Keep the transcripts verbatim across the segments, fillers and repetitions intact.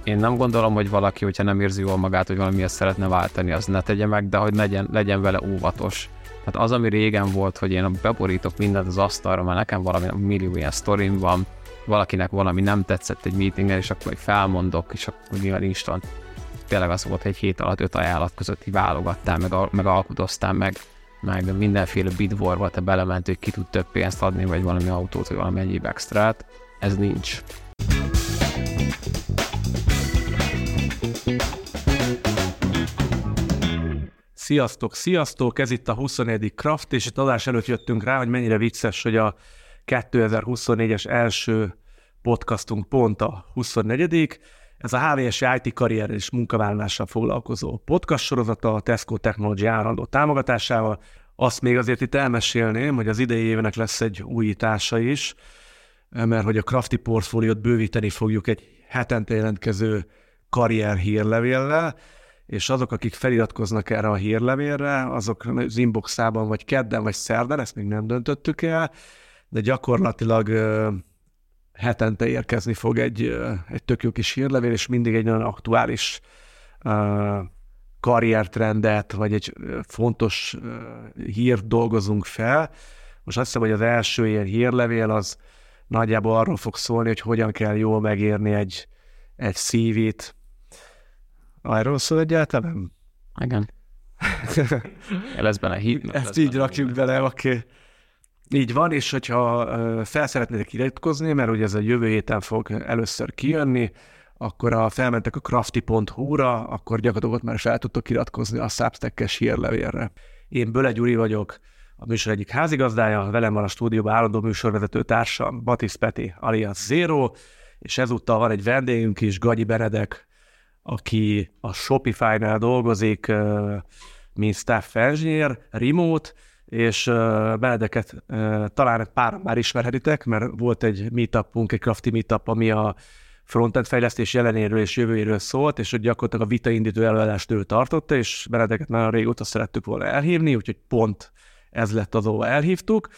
én nem gondolom, hogy valaki, hogyha nem érzi jól magát, hogy valamiért szeretne váltani, az ne tegye meg, de hogy legyen, legyen vele óvatos. Tehát az, ami régen volt, hogy én beborítok mindent az asztalra, mert nekem valami millió ilyen sztorim van, valakinek valami nem tetszett egy meetingen, és akkor felmondok, és akkor nyilván instant. Tényleg az volt, egy hét alatt öt ajánlat között válogattál, meg, meg alkudoztál, meg, meg mindenféle bidvorba te belement, hogy ki tud több pénzt adni, vagy valami autót, vagy valami egyéb extrát. Ez nincs. Sziasztok, sziasztok! Ez itt a huszonnegyedik Craft, és itt adás előtt jöttünk rá, hogy mennyire vicces, hogy a kétezer-huszonnégyes első podcastunk pont a huszonnegyedik Ez a há vé es i té karrier és munkavállalással foglalkozó podcast sorozata a Tesco Technology állandó támogatásával. Azt még azért itt elmesélném, hogy az idei évnek lesz egy újítása is, mert hogy a Crafty portfóliót bővíteni fogjuk egy hetente jelentkező karrier hírlevéllel, és azok, akik feliratkoznak erre a hírlevélre, azok az inboxában vagy kedden, vagy szerdán, ezt még nem döntöttük el, de gyakorlatilag uh, hetente érkezni fog egy, uh, egy tök jó kis hírlevél, és mindig egy nagyon aktuális uh, karriertrendet, vagy egy uh, fontos uh, hírt dolgozunk fel. Most azt hiszem, hogy az első ilyen hírlevél az nagyjából arról fog szólni, hogy hogyan kell jól megírni egy, egy cé vét. Arról szól egyáltalán? Igen. Lesz benne hív. Ezt így rakjuk bele, oké. Okay. Így van, és hogyha fel szeretnétek iratkozni, mert ugye ez a jövő héten fog először kijönni, akkor a, felmentek a crafty pont hu-ra, akkor gyakorlatilag már fel tudtok iratkozni a Substack-es hírlevélre. Én Böle Gyuri vagyok, a műsor egyik házigazdája, velem van a stúdióban állandó műsorvezető társam, Batisz Peti alias Zero, és ezúttal van egy vendégünk is, Gagyi Benedek, aki a Shopify-nál dolgozik, mint staff engineer, remote, és Benedeket talán páran már ismerhetitek, mert volt egy meetupunk, egy crafty meetup, ami a frontend fejlesztés jelenéről és jövőjéről szólt, és hogy gyakorlatilag a vitaindító előadást ő tartotta, és Benedeket nagyon régóta szerettük volna elhívni, úgyhogy pont ez lett az, ahol elhívtuk.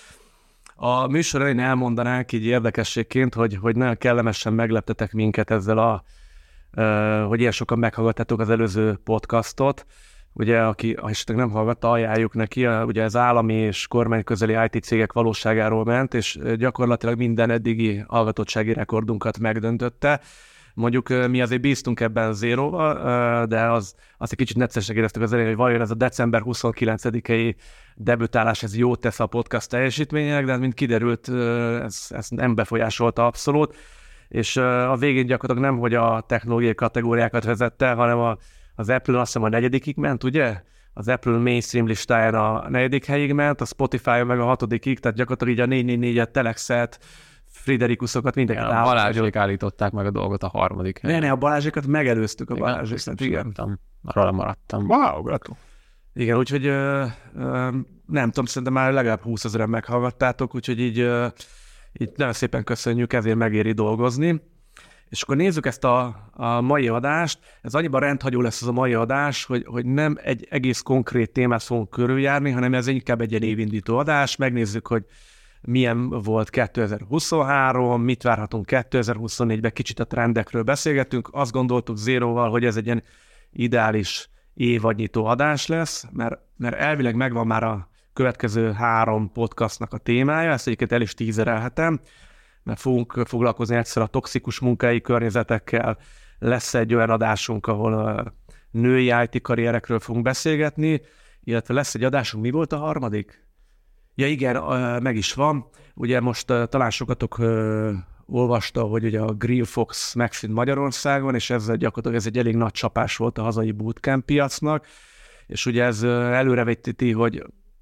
A műsor elején elmondanánk így érdekességként, hogy, hogy nagyon kellemesen megleptetek minket ezzel a Uh, hogy ilyen sokan meghallgattátok az előző podcastot. Ugye, aki esetleg nem hallgatta, ajánljuk neki, ugye az állami és kormányközeli i té cégek valóságáról ment, és gyakorlatilag minden eddigi hallgatottsági rekordunkat megdöntötte. Mondjuk mi azért bíztunk ebben Zéróval, de az, azt egy kicsit neccesnek éreztük az elején, hogy vajon ez a december huszonkilencedikei debütálás, ez jót tesz a podcast teljesítménynek, de mint kiderült, ez, ez nem befolyásolta abszolút. És a végén gyakorlatilag nem, hogy a technológiai kategóriákat vezette, hanem a, az Apple azt hiszem a negyedikig ment, ugye? Az Apple mainstream listáján a negyedik helyig ment, a Spotify-on meg a hatodikig, tehát gyakorlatilag így a négy négy négyet, Telexet, Friderikuszokat, mindenkit igen, a Balázsék állították meg a dolgot a harmadik helyen. Ne, ne, a Balázsékat megelőztük a Balázsékat, igen. Arra maradtam. Wow, gratul. Igen, úgyhogy ö, ö, nem tudom, szerintem már legalább húszezeren meghallgattátok, úgyhogy így... Ö, Itt nagyon szépen köszönjük, ezért megéri dolgozni. És akkor nézzük ezt a, a mai adást. Ez annyiban rendhagyó lesz az a mai adás, hogy, hogy nem egy egész konkrét témát fogunk körüljárni, hanem ez inkább egy évindító adás. Megnézzük, hogy milyen volt kétezer-huszonhárom, mit várhatunk kétezer-huszonnégyben, kicsit a trendekről beszélgetünk. Azt gondoltuk Zéróval, hogy ez egy ilyen ideális évadnyitó adás lesz, mert, mert elvileg megvan már a következő három podcastnak a témája, ezt egyébként el is tízerelhetem, mert fogunk foglalkozni egyszer a toxikus munkai környezetekkel, lesz egy olyan adásunk, ahol a női i té karrierekről fogunk beszélgetni, illetve lesz egy adásunk, mi volt a harmadik? Ja igen, meg is van, ugye most talán sokatok olvasta, hogy ugye a Grill Fox megszűnt Magyarországon, és ezzel gyakorlatilag ez egy elég nagy csapás volt a hazai bootcamp piacnak, és ugye ez előrevetíti, hogy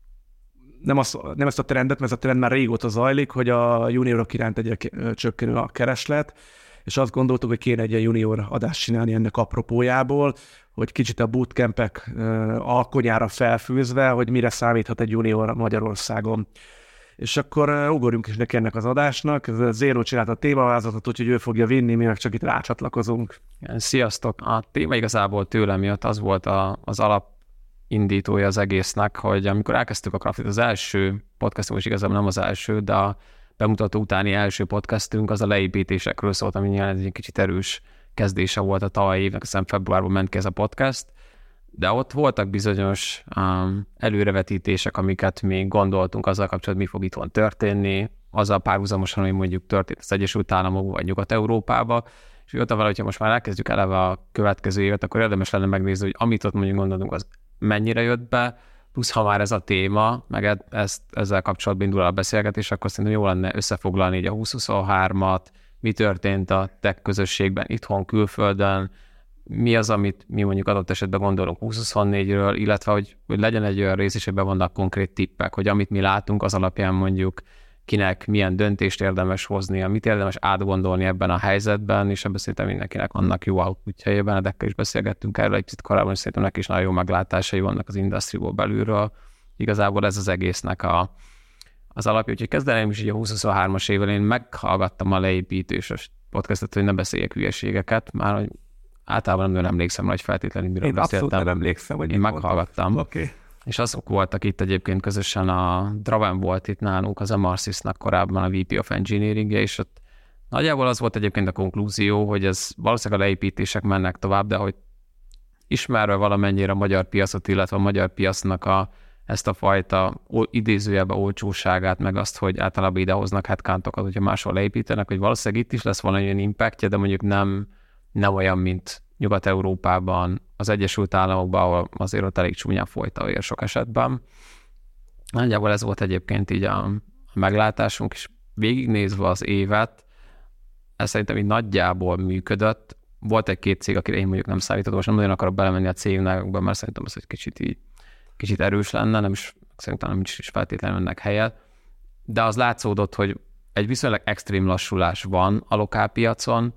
Nem, az, nem ezt a trendet, mert ez a trend már régóta zajlik, hogy a juniorok iránt egyre csökkenő a kereslet, és azt gondoltuk, hogy kéne egy ilyen junior adást csinálni ennek apropójából, hogy kicsit a bootcampek alkonyára felfűzve, hogy mire számíthat egy junior Magyarországon. És akkor ugorjunk is neki ennek az adásnak. Zero csinált a témavázatot, úgyhogy ő fogja vinni, mi meg csak itt rácsatlakozunk. Sziasztok! A téma igazából tőlem jött, az volt a, az alap indítója az egésznek, hogy amikor elkezdtük a Craftit, az első podcastunk, és igazából nem az első, de a bemutató utáni első podcastünk az a leépítésekről szólt, ami nyilván egy kicsit erős kezdése volt a tavalyi évnek, aztán februárban ment ki ez a podcast, de ott voltak bizonyos um, előrevetítések, amiket még gondoltunk azzal kapcsolatban, mi fog itthon történni, azzal párhuzamosan, hogy mondjuk történt az Egyesült Államokban vagy Nyugat-Európában, és ott vele, hogyha most már elkezdjük eleve a következő évet, akkor érdemes lenne megnézni, hogy amit ott mondjuk gondolunk, az mennyire jött be, plusz ha már ez a téma, meg ezt, ezzel kapcsolatban indul a beszélgetés, akkor szerintem jó lenne összefoglalni így a húsz-huszonhármat, mi történt a tech közösségben, itthon, külföldön, mi az, amit mi mondjuk adott esetben gondolunk húsz-huszonnégyről, illetve hogy, hogy legyen egy olyan rész is, hogy be vannak konkrét tippek, hogy amit mi látunk, az alapján mondjuk kinek milyen döntést érdemes hoznia, mit érdemes átgondolni ebben a helyzetben, és ebben szerintem mindenkinek vannak jó outputjai, Benedekkel is beszélgettünk erről egy picit korábban, és szerintem neki is nagyon jó meglátásai vannak az industriból belülről. Igazából ez az egésznek a, az alapja, úgyhogy kezdeném is így a húsz-huszonhármas évvel, én meghallgattam a leépítős podcastot, hogy ne beszéljek hülyeségeket, már hogy általában nem emlékszem, hogy feltétlenül miről én beszéltem. Én abszolút nem emlékszem, hogy én meghallgattam. Okay. És azok voltak itt egyébként közösen, a Draven volt itt nálunk, az Emarsys-nak korábban a vé pé of Engineering-je, és ott nagyjából az volt egyébként a konklúzió, hogy ez valószínűleg a leépítések mennek tovább, de hogy ismerve valamennyire a magyar piacot, illetve a magyar piacnak a, ezt a fajta idézőjelbe olcsóságát, meg azt, hogy általában idehoznak headcountokat, hogyha máshol leépítenek, hogy valószínűleg itt is lesz valami olyan impactja, de mondjuk nem, nem olyan, mint Nyugat-Európában, az Egyesült Államokban, ahol azért ott elég csúnyán folyt a vér sok esetben. Nagyjából ez volt egyébként így a, a meglátásunk, és végignézve az évet, ez szerintem így nagyjából működött. Volt egy-két cég, akire én mondjuk nem számítottam, most nem nagyon akarok belemenni a cégnek, mert szerintem ez egy kicsit így, kicsit erős lenne, nem is, szerintem nem is feltétlenül ennek helye. De az látszódott, hogy egy viszonylag extrém lassulás van a lokálpiacon,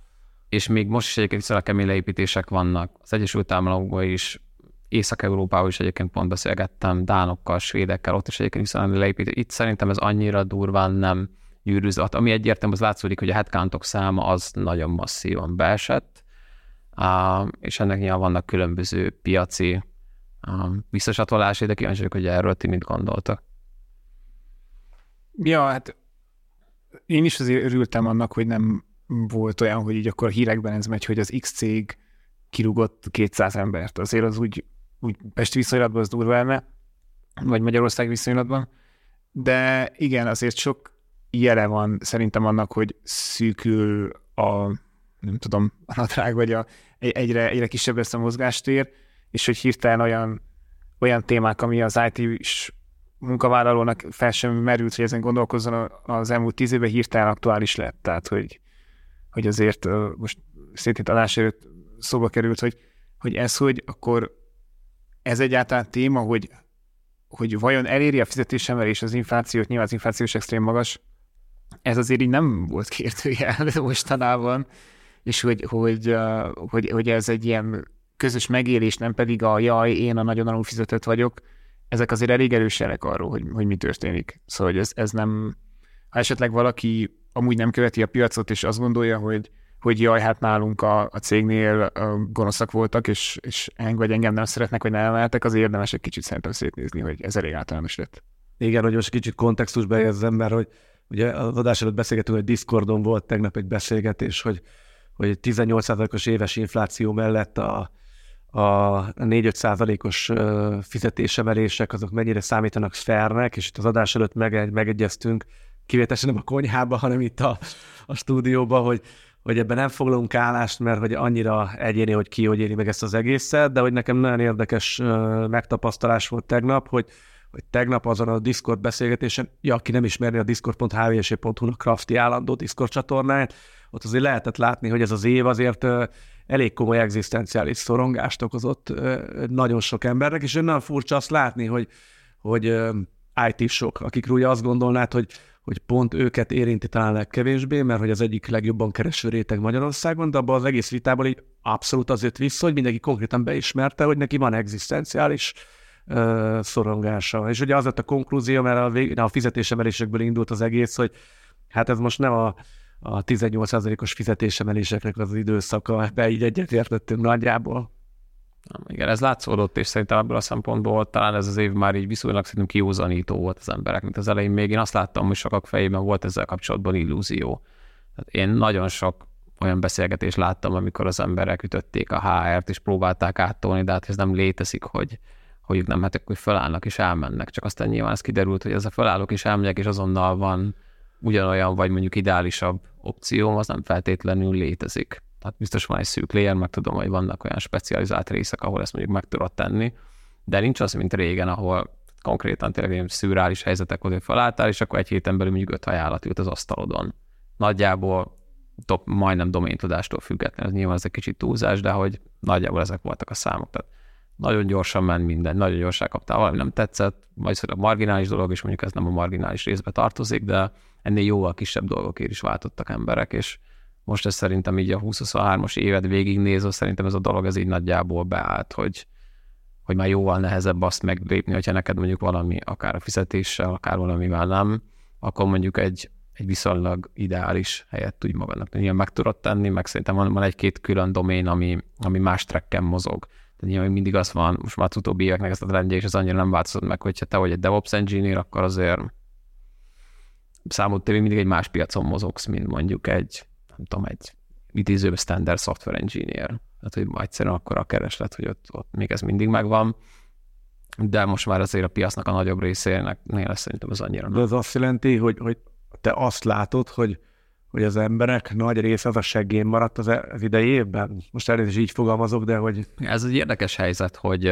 és még most is egyébként viszonylag kemény leépítések vannak. Az Egyesült Államokban is, Észak-Európában is egyébként pont beszélgettem, dánokkal, svédekkel, ott is egyébként viszonylag leépítés. Itt szerintem ez annyira durván nem gyűrűzött. Ami egyértelmű, az látszódik, hogy a headcountok száma az nagyon masszívan beesett, és ennek nyilván vannak különböző piaci visszasatolásai, de kíváncsi vagyok, hogy erről ti mit gondoltak. Ja, hát én is azért örültem annak, hogy nem volt olyan, hogy így akkor a hírekben ez megy, hogy az X cég kirúgott kétszáz embert. Azért az úgy, úgy pesti viszonylatban az durva elme, vagy Magyarország viszonylatban. De igen, azért sok jele van szerintem annak, hogy szűkül a, nem tudom, a nadrág, vagy a, egyre, egyre kisebb lesz a mozgástér, és hogy hirtelen olyan, olyan témák, ami az i té-s munkavállalónak fel sem merült, hogy ezen gondolkozzon az elmúlt tíz évben, hirtelen aktuális lett. Tehát, hogy hogy azért uh, most szintén adás előtt szóba került, hogy, hogy ez, hogy akkor ez egyáltalán téma, hogy, hogy vajon eléri a fizetésemelés az inflációt, nyilván az infláció is extrém magas, ez azért így nem volt kérdőjel mostanában, és hogy, hogy, uh, hogy, hogy ez egy ilyen közös megélés, nem pedig a jaj, én a nagyon alul fizetett vagyok, ezek azért elég erős jelek arról, hogy, hogy mi történik. Szóval hogy ez, ez nem, ha esetleg valaki amúgy nem követi a piacot, és azt gondolja, hogy, hogy jaj, hát nálunk a, a cégnél a gonoszak voltak, és, és eng vagy engem nem szeretnek, vagy nem emeltek, az érdemes egy kicsit szerintem szétnézni, hogy ez elég általános lett. Igen, hogy most kicsit kontextusba érzem, mert hogy ugye az adás előtt beszélgetünk, hogy Discordon volt tegnap egy beszélgetés, hogy, hogy tizennyolc százalékos éves infláció mellett a, a négy-öt százalékos fizetésemelések, azok mennyire számítanak fairnek, és itt az adás előtt meg, megegyeztünk, kivételesen nem a konyhába, hanem itt a, a stúdióba, hogy, hogy ebben nem foglalunk állást, mert hogy annyira egyéni, hogy ki hogy éli meg ezt az egészet, de hogy nekem nagyon érdekes uh, megtapasztalás volt tegnap, hogy, hogy tegnap azon a Discord beszélgetésen, ja, aki nem ismerni a discord pont h v s pont hu-nak Crafty állandó Discord csatornáját, ott azért lehetett látni, hogy ez az év azért uh, elég komoly egzisztenciális szorongást okozott uh, nagyon sok embernek, és nagyon furcsa azt látni, hogy, hogy uh, i té-sok, akikről ugye azt gondolnád, hogy hogy pont őket érinti talán legkevésbé, mert hogy az egyik legjobban kereső réteg Magyarországon, de abban az egész vitában így abszolút az jött vissza, hogy mindenki konkrétan beismerte, hogy neki van egzisztenciális uh, szorongása. És ugye az lett a konklúzió, mert a, vég, a fizetésemelésekből indult az egész, hogy hát ez most nem a, a tizennyolc százalékos fizetésemeléseknek az időszaka, be így egyetértettünk nagyjából. Igen, ez látszódott, és szerintem ebből a szempontból talán ez az év már így viszonylag szerintem kiúzanító volt az emberek, mint az elején. Még én azt láttam, hogy sokak fejében volt ezzel kapcsolatban illúzió. Tehát én nagyon sok olyan beszélgetést láttam, amikor az emberek ütötték a há er-t, és próbálták áttolni, de hát ez nem létezik, hogy, hogy ők nem, hát akkor felállnak és elmennek. Csak aztán nyilván ez kiderült, hogy ez a felállok és elmegyek, és azonnal van ugyanolyan, vagy mondjuk ideálisabb opció, az nem feltétlenül létezik. Tehát biztos van egy szűk layer, meg tudom, hogy vannak olyan specializált részek, ahol ezt mondjuk meg tudod tenni, de nincs az, mint régen, ahol konkrétan tényleg szürreális helyzetek, hogy felálltál, és akkor egy héten belül mondjuk öt ajánlat ült az asztalodon. Nagyjából top, majdnem doméntudástól független, ez nyilván ez egy kicsit túlzás, de hogy nagyjából ezek voltak a számok. Tehát nagyon gyorsan ment minden, nagyon gyorsan kaptál, valami nem tetszett, vagy szóval a marginális dolog, és mondjuk ez nem a marginális részbe tartozik, de ennél jóval kisebb dolgokért is váltottak emberek, és most ez szerintem így a húsz-huszonhármas évet végignézve, szerintem ez a dolog ez így nagyjából beállt, hogy, hogy már jóval nehezebb azt meglépni, hogyha neked mondjuk valami, akár a fizetéssel, akár valamivel nem, akkor mondjuk egy, egy viszonylag ideális helyet tudj magadnak ilyen meg tudod tenni, meg szerintem van, van egy-két külön domén, ami, ami más tracken mozog. Tehát nyilván mindig az van, most már az utóbbi éveknek ezt a trendje, és az annyira nem változott meg, hogyha te vagy egy DevOps engineer, akkor azért számod te mindig egy más piacon mozogsz, mint mondjuk egy, nem tudom, egy idézőben standard software engineer. Tehát, hogy egyszerűen akkor a kereslet, hogy ott, ott még ez mindig megvan, de most már azért a piacnak a nagyobb részének nél szerintem az annyira nem. De ez azt jelenti, hogy, hogy te azt látod, hogy, hogy az emberek nagy része az a seggén maradt az, az idei évben? Most elnézést így fogalmazok, de hogy... Ez egy érdekes helyzet, hogy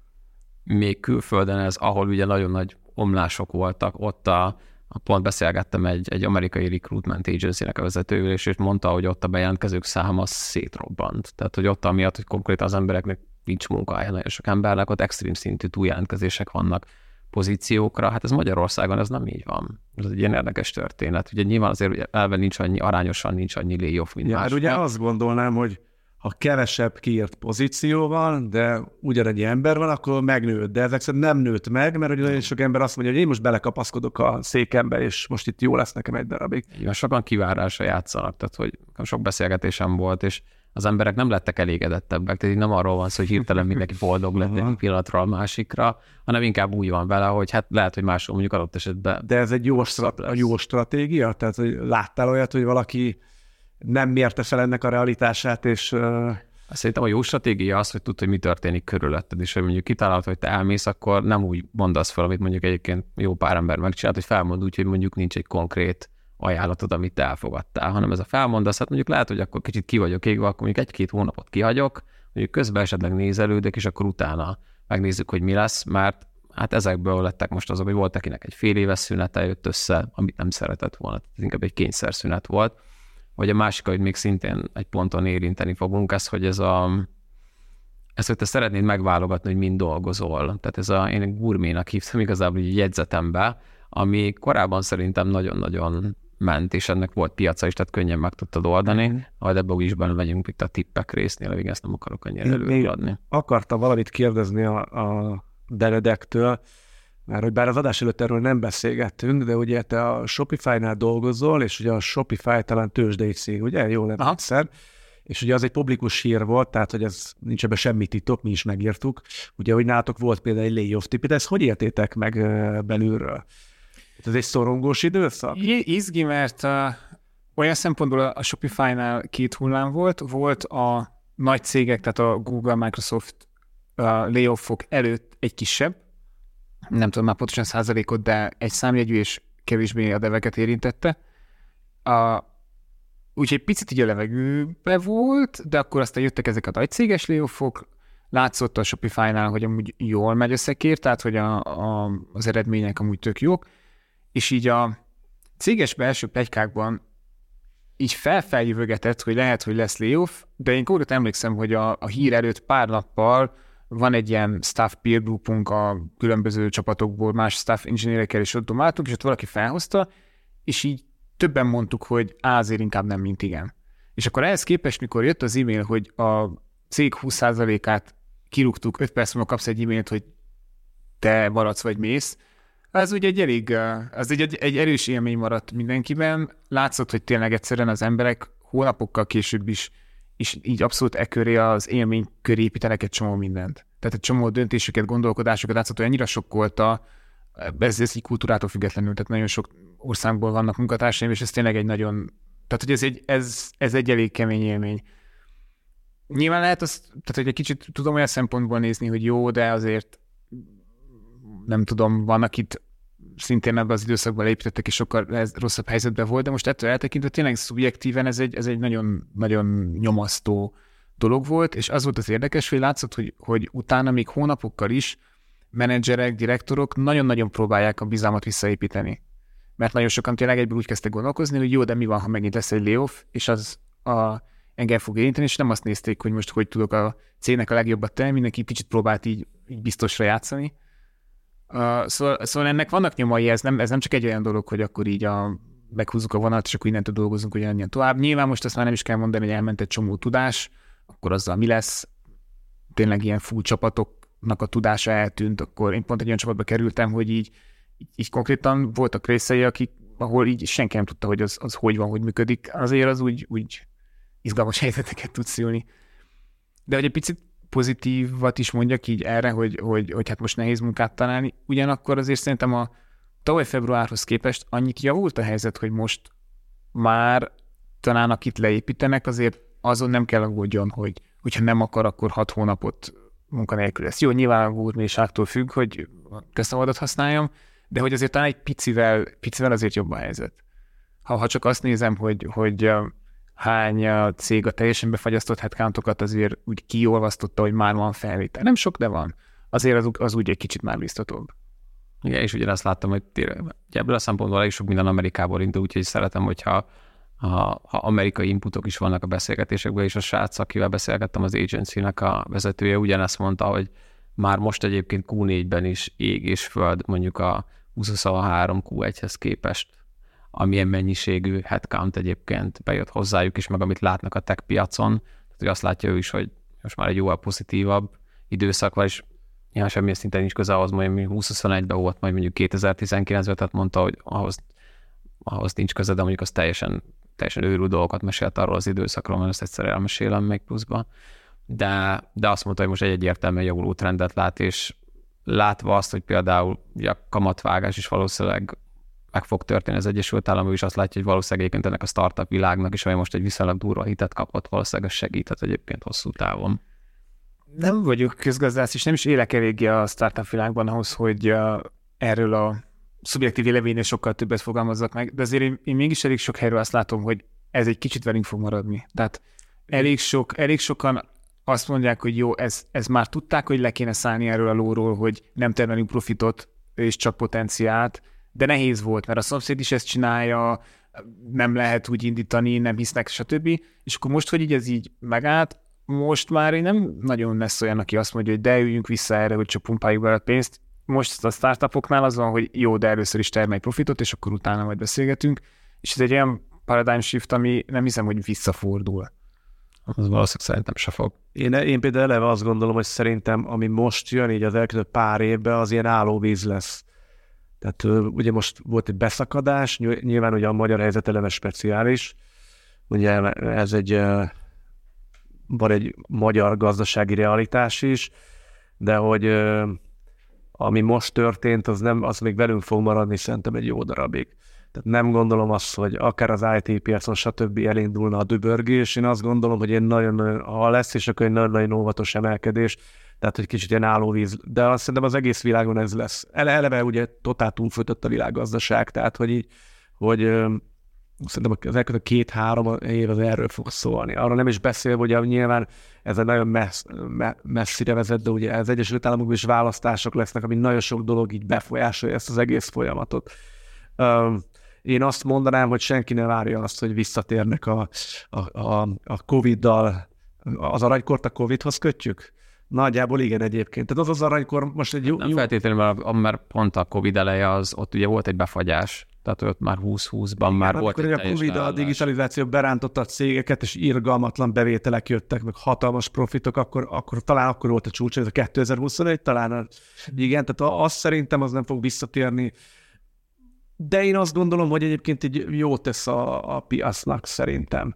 még külföldön ez, ahol ugye nagyon nagy omlások voltak, ott a pont beszélgettem egy, egy amerikai recruitment agency-nek a vezetővel, és ő mondta, hogy ott a bejelentkezők száma szétrobbant. Tehát, hogy ott amiatt, hogy konkrétan az embereknek nincs munkahelye, nagyon sok embernek, ott extrém szintű túljelentkezések vannak pozíciókra. Hát ez Magyarországon ez nem így van. Ez egy ilyen érdekes történet. Ugye nyilván azért elven nincs annyi, arányosan nincs annyi layoff, mint ja, máshol. Ugye azt gondolnám, hogy ha kevesebb kiírt pozíció van, de ugyanannyi ember van, akkor megnőtt. De ezek szerint nem nőtt meg, mert ugye nagyon sok ember azt mondja, hogy én most belekapaszkodok a székembe, és most itt jó lesz nekem egy darabig. Igen, sokan kivárásra játszanak, tehát hogy sok beszélgetésem volt, és az emberek nem lettek elégedettebbek, tehát így nem arról van szó, hogy hirtelen mindenki boldog lett egy pillanatról a másikra, hanem inkább úgy van vele, hogy hát lehet, hogy máshol mondjuk adott esetben. De ez egy jó, strat- jó stratégia? Tehát hogy láttál olyat, hogy valaki nem mérte fel ennek a realitását, és... Uh... Szerintem a jó stratégia az, hogy tudd, hogy mi történik körülötted, és hogy mondjuk kitálod, hogy te elmész, akkor nem úgy mondasz fel, amit mondjuk egyébként jó pár ember megcsinált, hogy felmond úgy, hogy mondjuk nincs egy konkrét ajánlatod, amit te elfogadtál, hanem ez a felmondasz, hát mondjuk lehet, hogy akkor kicsit ki vagyok égve, akkor mondjuk egy-két hónapot kihagyok, mondjuk közben esetleg nézelődök, és akkor utána megnézzük, hogy mi lesz, mert hát ezekből lettek most azok, hogy volt akinek egy fél éves szünete jött össze, amit nem szeretett volna, ez inkább egy kényszerszünet volt. Vagy a másik, hogy még szintén egy ponton érinteni fogunk, ez, hogy ez a ez, hogy te szeretnéd megválogatni, hogy mind dolgozol. Tehát ez a, én egy gurménak hívtam igazából egy jegyzetembe, ami korábban szerintem nagyon-nagyon ment, és ennek volt piaca is, tehát könnyen meg tudtad oldani. Mm. Majd ebbe úgyis benne megyünk itt a tippek résznél, még ezt nem akarok annyira előadni. Akartam valamit kérdezni a, a Deredektől, mert hogy bár az adás előtt erről nem beszélgettünk, de ugye te a Shopify-nál dolgozol, és ugye a Shopify talán tőzsdei cég, ugye? Jól nem egyszer. És ugye az egy publikus hír volt, tehát hogy ez nincs ebben semmi titok, mi is megírtuk. Ugye, hogy nálatok volt például egy layoff tipp, de ezt hogy értétek meg belülről? Ez egy szorongós időszak? Izgi, mert uh, olyan szempontból a Shopify-nál két hullám volt. Volt a nagy cégek, tehát a Google, Microsoft uh, layoffok előtt egy kisebb, nem tudom már pontosan százalékot, de egy számjegyű és kevésbé a deveket érintette. A, úgyhogy picit így a levegőbe volt, de akkor aztán jöttek ezek a nagy céges layoffok, látszott a Shopify-nál, hogy amúgy jól megy összekér, tehát hogy a, a, az eredmények amúgy tök jók, és így a céges belső pletykákban így felfeljövögetett, hogy lehet, hogy lesz layoff, de én kódot emlékszem, hogy a, a hír előtt pár nappal van egy ilyen staff peer groupunk a különböző csapatokból, más staff engineerekkel is ott domáltunk, és ott valaki felhozta, és így többen mondtuk, hogy á, azért inkább nem, mint igen. És akkor ehhez képest, mikor jött az e-mail, hogy a cég húsz százalékát kirúgtuk, öt perc múlva kapsz egy e-mailt, hogy te maradsz vagy mész, az ugye egy elég, az egy, egy erős élmény maradt mindenkiben. Látszott, hogy tényleg egyszerűen az emberek hónapokkal később is, és így abszolút e köré az élmény köré építenek egy csomó mindent. Tehát egy csomó döntésüket, gondolkodásokat látszott, hogy annyira sokkolta, ez, ez így kultúrától függetlenül, tehát nagyon sok országból vannak munkatársaim, és ez tényleg egy nagyon Tehát, hogy ez egy, ez, ez egy elég kemény élmény. Nyilván lehet azt, tehát, hogy egy kicsit tudom olyan szempontból nézni, hogy jó, de azért nem tudom, van, akit szintén ebben az időszakban építettek, és sokkal rosszabb helyzetben volt, de most ettől eltekintve tényleg szubjektíven ez egy, ez egy nagyon, nagyon nyomasztó dolog volt, és az volt az érdekes, hogy látszott, hogy, hogy utána még hónapokkal is menedzserek, direktorok nagyon-nagyon próbálják a bizalmat visszaépíteni. Mert nagyon sokan tényleg egyből úgy kezdtek gondolkozni, hogy jó, de mi van, ha megint lesz egy layoff, és az a, engem fog érinteni, és nem azt nézték, hogy most hogy tudok a cégnek a legjobbat tenni, mindenki kicsit próbált így, így biztosra játszani. Uh, szóval, szóval ennek vannak nyomai, ez nem, ez nem csak egy olyan dolog, hogy akkor így a, meghúzzuk a vonalat, és akkor innentől dolgozunk ugyanannyian tovább. Nyilván most azt már nem is kell mondani, hogy elment egy csomó tudás, akkor azzal mi lesz? Tényleg ilyen full csapatoknak a tudása eltűnt, akkor én pont egy olyan csapatba kerültem, hogy így, így, így konkrétan voltak részei, akik, ahol így senki nem tudta, hogy az, az hogy van, hogy működik. Azért az úgy, úgy izgalmas helyzeteket tud szülni. De hogy egy picit pozitívat is mondjak így erre, hogy, hogy, hogy hát most nehéz munkát találni, ugyanakkor azért szerintem a tavaly februárhoz képest annyit javult a helyzet, hogy most már talán akit leépítenek, azért azon nem kell aggódjon, hogy hogyha nem akar, akkor hat hónapot munkanélkül lesz. Jó, nyilván a gurméságtól függ, hogy közszavadat használjam, de hogy azért talán egy picivel, picivel azért jobb a helyzet. Ha, ha csak azt nézem, hogy, hogy hány cég a teljesen befagyasztott headcountokat azért úgy kiolvasztotta, hogy már van felvétel. Nem sok, de van. Azért az, az úgy egy kicsit már biztatóbb. Igen, és ugyanazt láttam, hogy ebből a szempontból elég sok minden Amerikából indul, úgyhogy szeretem, hogyha ha, ha amerikai inputok is vannak a beszélgetésekben, és a srác, akivel beszélgettem, az agency-nek a vezetője ugyanezt mondta, hogy már most egyébként kú négyben is ég és föld mondjuk a huszonhárom kú egyhez képest, amilyen mennyiségű headcount egyébként bejött hozzájuk is, meg amit látnak a tech piacon. Tehát, hogy azt látja ő is, hogy most már egy jóval pozitívabb időszak van, és ja, semmilyen szinten nincs köze ahhoz, hogy húsz-huszonegyben volt, majd mondjuk kétezer-tizenkilencben, tehát mondta, hogy ahhoz, ahhoz nincs köze, de mondjuk az teljesen, teljesen őrült dolgokat mesélt arról az időszakról, mert ezt egyszer elmesélem még pluszban. De, de azt mondta, hogy most egy egyértelműen javuló trendet lát, és látva azt, hogy például a kamatvágás is valószínűleg meg fog történni az Egyesült Államok, és azt látja, hogy valószínűleg egyébként ennek a startup világnak is, ami most egy viszonylag durva hitet kapott, valószínűleg segíthet egyébként hosszú távon. Nem vagyok közgazdász, és nem is élek eléggé a startup világban ahhoz, hogy uh, erről a szubjektív véleménynél sokkal többet fogalmazzak meg, de azért én, én mégis elég sok helyről azt látom, hogy ez egy kicsit velünk fog maradni. Tehát elég, sok, elég sokan azt mondják, hogy jó, ez, ez már tudták, hogy le kéne szállni erről a lóról, hogy nem termelünk profitot és csak potenciált, de nehéz volt, mert a szomszéd is ezt csinálja, nem lehet úgy indítani, nem hisznek, stb. És akkor most, hogy így ez így megállt, most már nem nagyon lesz olyan, aki azt mondja, hogy de üljünk vissza erre, hogy csak pumpáljuk bele a pénzt. Most a startupoknál az van, hogy jó, de először is termelj profitot, és akkor utána majd beszélgetünk. És ez egy olyan paradigm shift, ami nem hiszem, hogy visszafordul. Az valószínűleg szerintem se fog. Én, én például eleve azt gondolom, hogy szerintem, ami most jön, így az elkövetkező pár évben, az ilyen állóvíz lesz. Tehát ugye most volt egy beszakadás, nyilván ugye a magyar helyzet eleve speciális. Ugye ez egy, van egy magyar gazdasági realitás is, de hogy ami most történt, az, nem, az még velünk fog maradni szerintem egy jó darabig. Tehát nem gondolom azt, hogy akár az i té piacon, stb. Elindulna a dübörgés. Én azt gondolom, hogy én nagyon, ha lesz, és akkor egy nagyon-nagyon óvatos emelkedés, tehát hogy kicsit ilyen állóvíz. De azt szerintem az egész világon ez lesz. Ele, eleve ugye totál túlfőtött a világgazdaság, tehát hogy így, hogy ö, szerintem az elkövetkező két-három év az erről fog szólni. Arra nem is beszél, hogy nyilván ez egy nagyon messz, me, messzire vezet, de ugye az Egyesült Államokban is választások lesznek, ami nagyon sok dolog így befolyásolja ezt az egész folyamatot. Ö, Én azt mondanám, hogy senki ne várja azt, hogy visszatérnek a, a, a, a Covid-dal. Az aranykort a Covid-hoz kötjük? Nagyjából igen egyébként. Tehát az az aranykor most egy jó... Nem feltétlenül, mert pont a Covid eleje az, ott ugye volt egy befagyás. Tehát ott már húsz-húszban igen, már volt egy a Covid a digitalizáció berántotta a cégeket, és irgalmatlan bevételek jöttek, meg hatalmas profitok, akkor, akkor talán akkor volt a csúcs, ez a kétezer-huszonegy, talán igen, tehát azt szerintem az nem fog visszatérni. De én azt gondolom, hogy egyébként így jó tesz a, a piacnak szerintem.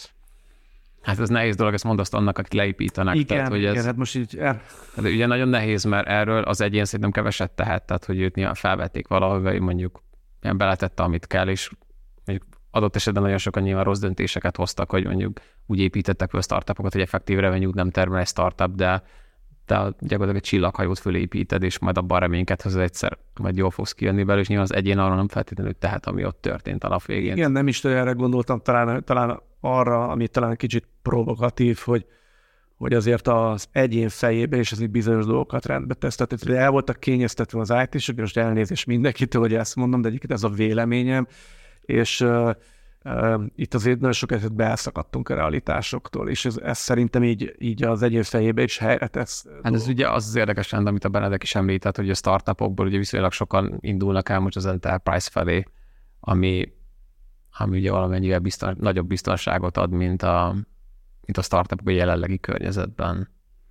Hát ez nehéz dolog, ezt mondd azt annak, akik leépítenek. Igen, tehát, hogy igen, ez, hát most így... El... Hát ugye nagyon nehéz, mert erről az egyén szerintem keveset tehet, tehát hogy őt nyilván felvették valahol, mondjuk ilyen beletette, amit kell, és mondjuk adott esetben nagyon sokan nyilván rossz döntéseket hoztak, hogy mondjuk úgy építettek fel a startupokat, hogy effektív revenue-t nem termel egy startup, de te gyakorlatilag egy csillaghajót fölépíted, és majd abban reménykedsz, hogy egyszer majd jól fogsz kijönni belőle, és nyilván az egyén arra nem feltétlenül tehet, ami ott történt a nap végén. Igen, nem is erre gondoltam, talán, talán arra, ami talán kicsit provokatív, hogy, hogy azért az egyén fejébe és azért bizonyos dolgokat rendbe tesz. Tehát el voltak kényeztetve az í té-sök, most elnézést mindenkitől, hogy ezt mondom, de egyébként ez a véleményem, és uh, uh, itt azért nagyon sok esetben elszakadtunk a realitásoktól, és ez, ez szerintem így, így az egyén fejébe is helyre tesz. Hát ez ugye az az érdekes rend, amit a Benedek is említett, hogy a startupokból ugye viszonylag sokan indulnak el most az enterprise felé, ami, ami ugye valamennyivel bizton, nagyobb biztonságot ad, mint a, mint a startupok a jelenlegi környezetben.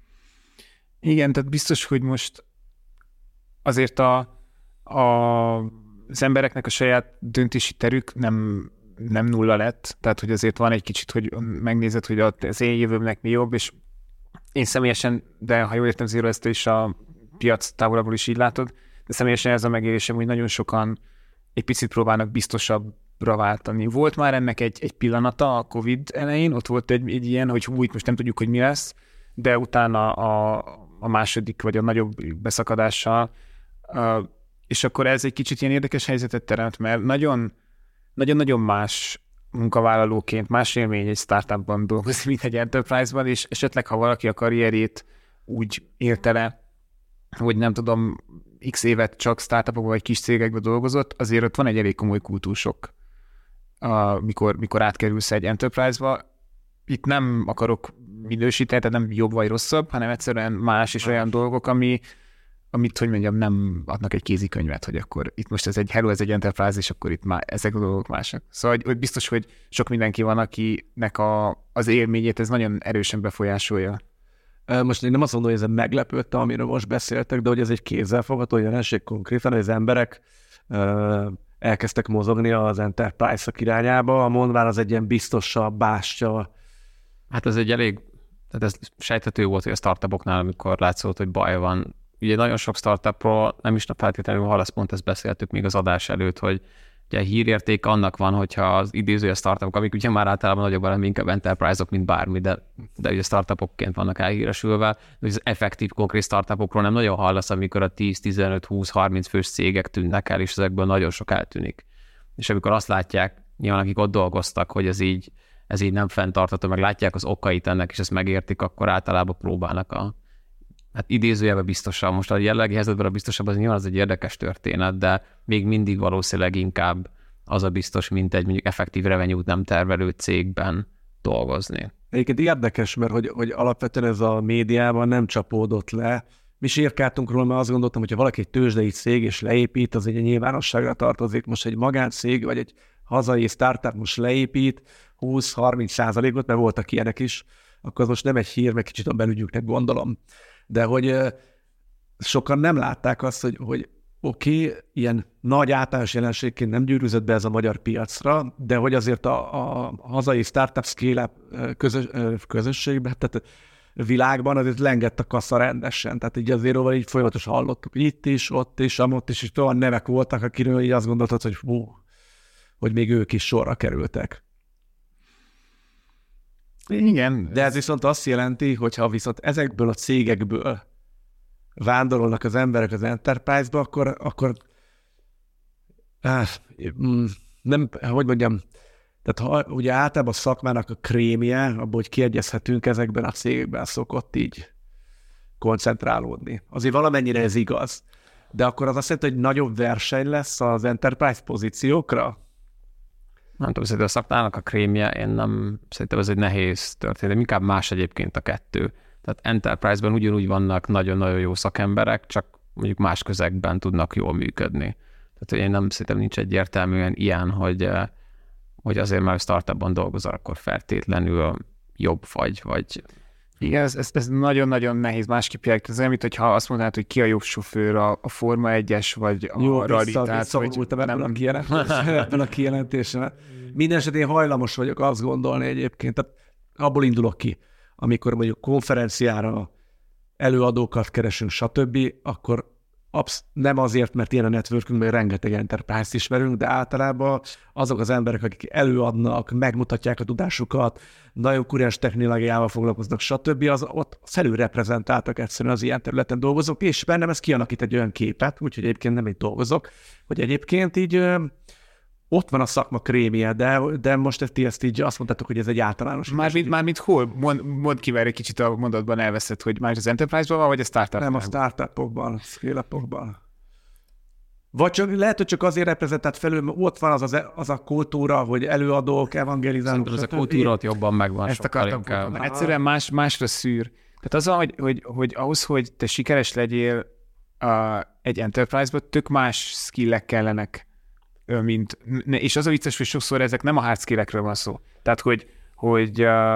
Igen, tehát biztos, hogy most azért a, a, az embereknek a saját döntési terük nem, nem nulla lett, tehát hogy azért van egy kicsit, hogy megnézed, hogy az én jövőmnek mi jobb, és én személyesen, de ha jól értem, Zero, ezt is a piac távolabbról is így látod, de személyesen ez a megélésem, hogy nagyon sokan egy picit próbálnak biztosabbra váltani. Volt már ennek egy, egy pillanata a Covid elején, ott volt egy, egy ilyen, hogy hú, itt most nem tudjuk, hogy mi lesz, de utána a, a második vagy a nagyobb beszakadással, uh, és akkor ez egy kicsit ilyen érdekes helyzetet teremt, mert nagyon, nagyon-nagyon más munkavállalóként, más élmény egy startupban dolgozni, mint egy enterprise-ban, és esetleg, ha valaki a karrierét úgy élte le, hogy nem tudom, x évet csak startupokban vagy kis cégekben dolgozott, azért ott van egy elég komoly kultúrsok, uh, mikor, mikor átkerülsz egy enterprise-ba. Itt nem akarok minősíteni, tehát nem jobb vagy rosszabb, hanem egyszerűen más és olyan dolgok, ami, amit, hogy mondjam, nem adnak egy kézikönyvet, hogy akkor itt most ez egy hello, ez egy enterprise, és akkor itt már ezek a dolgok mások. Szóval hogy biztos, hogy sok mindenki van, akinek a, az élményét ez nagyon erősen befolyásolja. Most én nem azt mondom, hogy ez meglepődtem, amiről most beszéltek, de hogy ez egy kézzelfogható jelenség konkrétan, hogy az emberek uh, elkezdtek mozogni az enterprise-ok irányába, mondván az egy ilyen biztosabb bástya. Hát ez egy elég, tehát ez sejthető volt, hogy a startupoknál, amikor látszott, hogy baj van. Ugye nagyon sok startupról nem is feltétlenül hallasz, pont ezt beszéltük még az adás előtt, hogy ugye a hírérték annak van, hogyha az idézője startupok, amik ugye már általában nagyobb, hanem inkább enterprise-ok, mint bármi, de, de ugye startupokként vannak elhíresülve, de az effektív, konkrét startupokról nem nagyon hallasz, amikor a tíz, tizenöt, húsz, harminc fős cégek tűnnek el, és ezekből nagyon sok eltűnik. És amikor azt látják, nyilván akik ott dolgoztak, hogy ez így, ez így nem fenntartható, meg látják az okait ennek, és ezt megértik, akkor általában próbálnak a hát idézőjelben biztosan. Most a jelenlegi helyzetben a biztosabb az nyilván az egy érdekes történet, de még mindig valószínűleg inkább az a biztos, mint egy mondjuk effektív revenue-t nem tervelő cégben dolgozni. Egyébként érdekes, mert hogy, hogy alapvetően ez a médiában nem csapódott le. Mi sírkáltunk róla, mert azt gondoltam, hogy ha valaki egy tőzsdei cég és leépít, az egy nyilvánosságra tartozik. Most egy magáncég vagy egy hazai startup most leépít húsz-harminc százalékot, mert voltak ilyenek is, akkor az most nem egy hír, meg kicsit a belügyüknek gondolom. De hogy sokan nem látták azt, hogy, hogy oké, okay, ilyen nagy általános jelenségként nem gyűrűzött be ez a magyar piacra, de hogy azért a, a hazai startup scale-up közös, közösségben, tehát világban azért lengett a kassa rendesen. Tehát így azért róla így folyamatosan hallottuk, itt is, ott is, amott is, és olyan nevek voltak, akiről így azt gondoltad, hogy hú, hogy még ők is sorra kerültek. Igen. De ez viszont azt jelenti, hogy ha viszont ezekből a cégekből vándorolnak az emberek az enterprise-ba, akkor, akkor áh, nem, hogy mondjam, tehát ha ugye általában a szakmának a krémje, abban, hogy kiegyezhetünk, ezekben a cégekben szokott így koncentrálódni. Azért valamennyire ez igaz. De akkor az azt jelenti, hogy nagyobb verseny lesz az enterprise pozíciókra? Nem tudom, szerintem a szakmának a krémje, én nem, szerintem ez egy nehéz történet, inkább más egyébként a kettő. Tehát enterprise-ben ugyanúgy vannak nagyon-nagyon jó szakemberek, csak mondjuk más közegben tudnak jól működni. Tehát én nem, szerintem nincs egyértelműen ilyen, hogy, hogy azért már startupban dolgozol, akkor feltétlenül jobb vagy, vagy... Igen, ez, ez, ez nagyon-nagyon nehéz másképp jelentkezni, mint hogyha azt mondanád, hogy ki a jobb sofőr, a, a Forma egyes, vagy a jó, rally. Jó, visszavonultam ebben a kijelentésben. Ebben a kijelentésben. Minden esetén hajlamos vagyok azt gondolni egyébként, tehát abból indulok ki, amikor mondjuk konferenciára előadókat keresünk, stb., akkor absz- nem azért, mert ilyen a networkünk, mert rengeteg enterprise-t ismerünk, de általában azok az emberek, akik előadnak, megmutatják a tudásukat, nagyon kuriás technológiával foglalkoznak, stb. Az ott felülreprezentáltak egyszerűen az ilyen területen dolgozók, és bennem ez kialakít egy olyan képet, úgyhogy egyébként nem így dolgozok, hogy egyébként így ö, ott van a szakma krémje, de, de most ti ezt így azt mondtátok, hogy ez egy általános. Mármint, mármint hol? Mond, mond ki, egy kicsit a mondatban elveszett, hogy már az Enterprise-ban van, vagy a startup? Nem, a startupokban, scale-upokban. Vagy csak, lehet, hogy csak azért reprezentált felül, mert ott van az, az, az a kultúra, hogy előadók, evangelizálunk. Szerintem ez a kultúra ott jobban megvan. Ezt akartam inkább. Egyszerűen más, másra szűr. Tehát az, hogy, hogy, hogy ahhoz, hogy te sikeres legyél uh, egy Enterprise-ban, tök más skillek kellenek, mint, és az a vicces, hogy sokszor ezek nem a hard skill-ekről van szó. Tehát, hogy, hogy uh,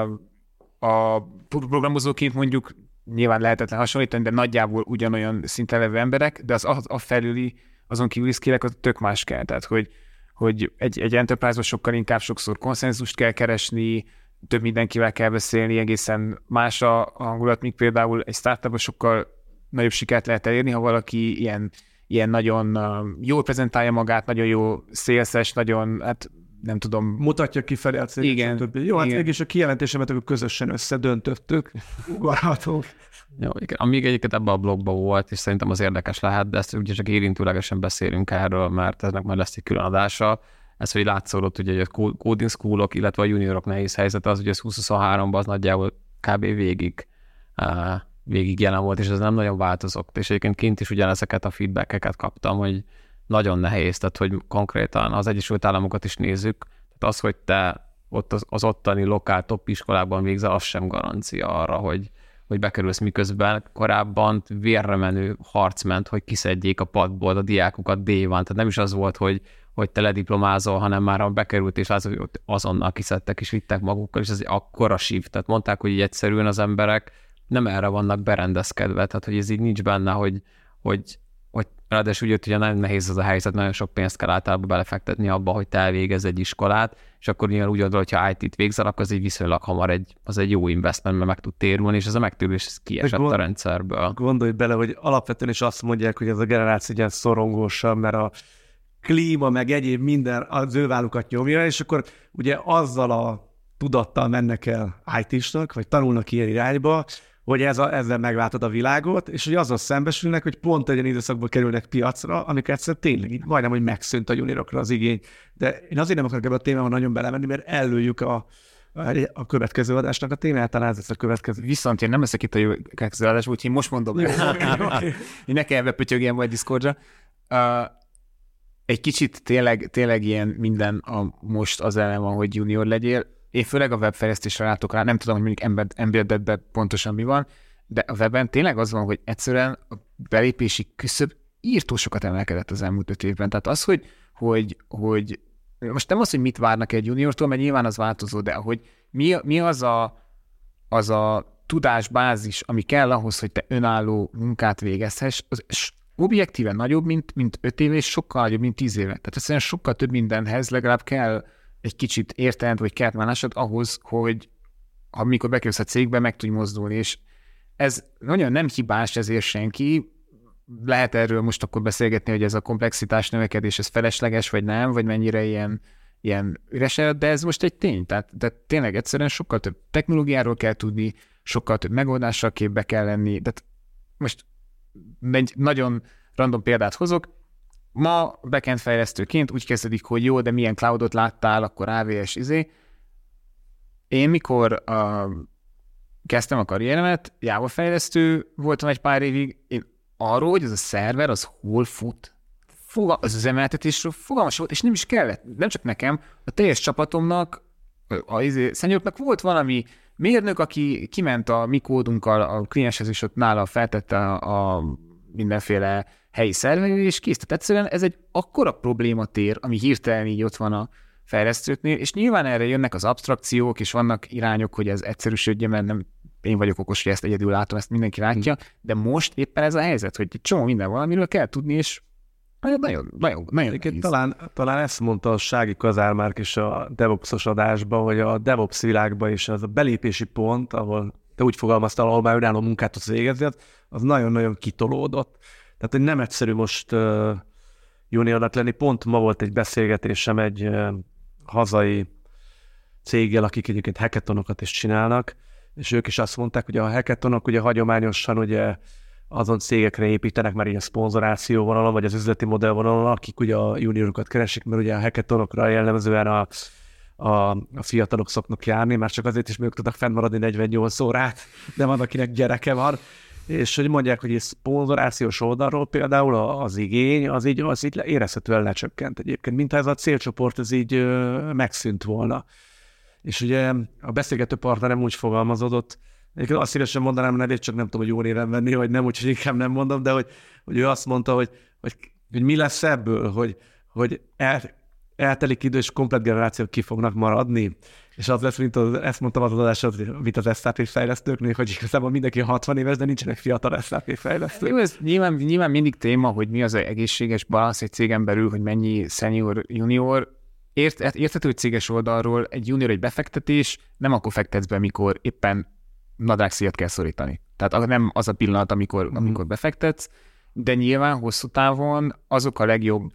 a programozóként mondjuk nyilván lehetetlen hasonlítani, de nagyjából ugyanolyan szinten levő emberek, de az a, a felüli, azon kívüli skillek az tök más kell. Tehát, hogy, hogy egy, egy Enterprise-ban sokkal inkább sokszor konszenzust kell keresni, több mindenkivel kell beszélni, egészen más a hangulat, míg például egy startupban sokkal nagyobb sikert lehet elérni, ha valaki ilyen ilyen nagyon uh, jól prezentálja magát, nagyon jó szélszes, nagyon, hát nem tudom. Mutatja kifelé a céget, igen, stb. Jó, hát mégis a kijelentésemet akkor közösen összedöntöttük, ugorhatunk. Jó, igen. Amíg egyébként ebben a blogban volt, és szerintem az érdekes lehet, de ezt ugye csak érintőlegesen beszélünk erről, mert eznek majd lesz egy külön adása. Ez, hogy látszódott, ugye, hogy a coding schoolok, illetve a juniorok nehéz helyzet az, hogy az húsz-huszonháromban az nagyjából kb. végig uh, végig jelen volt, és ez nem nagyon változott. És egyébként kint is ugyanezeket a feedbackeket kaptam, hogy nagyon nehéz, tehát hogy konkrétan az Egyesült Államokat is nézzük, tehát az, hogy te ott az, az ottani lokál top iskolában végzel, az sem garancia arra, hogy, hogy bekerülsz, miközben korábban vérre menő harc ment, hogy kiszedjék a padból a diákokat dé egy, tehát nem is az volt, hogy, hogy te lediplomázol, hanem már ha bekerült, és az, hogy azonnal kiszedtek és vittek magukkal, és ez egy akkora shift, tehát mondták, hogy így egyszerűen az emberek nem erre vannak berendezkedve, tehát hogy ez így nincs benne, hogy, hogy, hogy ráadásul ugye, ugye nagyon nehéz az a helyzet, nagyon sok pénzt kell általában belefektetni abba, hogy te elvégezz egy iskolát, és akkor nyilván úgy gondolod, hogyha í té-t végzel, akkor az egy viszonylag hamar egy, az egy jó investment, mert meg tud térülni, és ez a megtérülés ez kiesett gond, a rendszerből. Gondolj bele, hogy alapvetően is azt mondják, hogy ez a generáció ilyen szorongósabb, mert a klíma, meg egyéb minden az ő vállukat nyomja, és akkor ugye azzal a tudattal mennek el í té-snak, vagy tanulnak ilyen irányba, hogy ez a, ezzel megváltod a világot, és hogy azzal szembesülnek, hogy pont egy olyan időszakban kerülnek piacra, amikor egyszer tényleg így majdnem, hogy megszűnt a juniorokra az igény. De én azért nem akarok ebbe a témában nagyon belemenni, mert előjük a, a következő adásnak a témát, talán ez lesz a következő. Viszont én nem leszek itt a következő adásban, úgyhogy én most mondom. Jó, okay. Én ne kell ebbe pötyögjen majd Discordra. Uh, egy kicsit tényleg, tényleg ilyen minden a most az ellen van, hogy junior legyél. Én főleg a webfejlesztésre látok rá, nem tudom, hogy mondjuk embeddedben pontosan mi van, de a webben tényleg az van, hogy egyszerűen a belépési küszöb írtó sokat emelkedett az elmúlt öt évben. Tehát az, hogy, hogy, hogy most nem az, hogy mit várnak egy juniortól, mert nyilván az változó, de hogy mi, mi az, a, az a tudásbázis, ami kell ahhoz, hogy te önálló munkát végezhess, az objektíven nagyobb, mint, mint öt éve, és sokkal nagyobb, mint tíz éve. Tehát egyszerűen sokkal több mindenhez legalább kell egy kicsit értelmed, vagy kertmánásod ahhoz, hogy amikor bekerülsz a cégbe, meg tudj mozdulni, és ez nagyon nem hibás ezért senki. Lehet erről most akkor beszélgetni, hogy ez a komplexitás növekedés, ez felesleges, vagy nem, vagy mennyire ilyen, ilyen üres, de ez most egy tény. Tehát, de tényleg egyszerűen sokkal több technológiáról kell tudni, sokkal több megoldással képbe kell lenni. Tehát most egy nagyon random példát hozok. Ma backend fejlesztőként úgy kezdődik, hogy jó, de milyen cloudot láttál, akkor á vé es izé. Én mikor uh, kezdtem a karrieremet, Java fejlesztő voltam egy pár évig, én arról, hogy ez a szerver, az hol fut, fogal- az üzemeltetésről fogalmas volt, és nem is kellett, nem csak nekem, a teljes csapatomnak, a izé, szenyoroknak volt valami mérnök, aki kiment a mi kódunkkal a klienshez, és ott nála feltette a, a mindenféle helyi szerverre, és kész. Tehát egyszerűen ez egy akkora problématér, ami hirtelen így ott van a fejlesztőknél, és nyilván erre jönnek az abstrakciók, és vannak irányok, hogy ez egyszerűsödjön, mert nem én vagyok okos, hogy ezt egyedül látom, ezt mindenki látja, de most éppen ez a helyzet, hogy egy csomó minden valamiről kell tudni, és nagyon, nagyon, nagyon talán, talán ezt mondta a Sági Kazármárk is a DevOps-os adásban, hogy a DevOps világban is az a belépési pont, ahol te úgy fogalmaztál, ahol már önálló munkát tudsz végezni, az nagyon-nagyon kitolódott. Tehát, hogy nem egyszerű most uh, juniornak lenni. Pont ma volt egy beszélgetésem egy uh, hazai céggel, akik egyébként hackathonokat is csinálnak, és ők is azt mondták, hogy a hackathonok ugye hagyományosan ugye azon cégekre építenek már ilyen szponzoráció vonalon, vagy az üzleti modell vonalon, akik ugye a juniorokat keresik, mert ugye a hackathonokra jellemzően a, a, a fiatalok szoknak járni, már csak azért is, mert ők tudnak fennmaradni negyvennyolc órát, de van, akinek gyereke van, és hogy mondják, hogy egy szponzorációs oldalról például az igény, az így, az így érezhetően lecsökkent egyébként, mintha ez a célcsoport ez így ö, megszűnt volna. És ugye a beszélgető partnerem úgy fogalmazódott, egyébként azt szívesen mondanám nevét, csak nem tudom, hogy jó néven venni, vagy nem, úgyhogy inkább nem mondom, de hogy, hogy ő azt mondta, hogy, hogy, hogy mi lesz ebből, hogy, hogy el, eltelik idő, és komplet generációk ki fognak maradni. És az lesz, mint az, ezt mondtam az adásra, mint az es á pé fejlesztőknél, hogy igazából mindenki hatvan éves, de nincsenek fiatal es á pé fejlesztők. Jó, ez nyilván, nyilván mindig téma, hogy mi az az egészséges balansz egy cégen belül, hogy mennyi senior, junior. Ért, érthető, hogy céges oldalról egy junior egy befektetés, nem akkor fektetsz be, mikor éppen nadrágszíjat kell szorítani. Tehát nem az a pillanat, amikor, mm. amikor befektetsz, de nyilván hosszú távon azok a legjobb,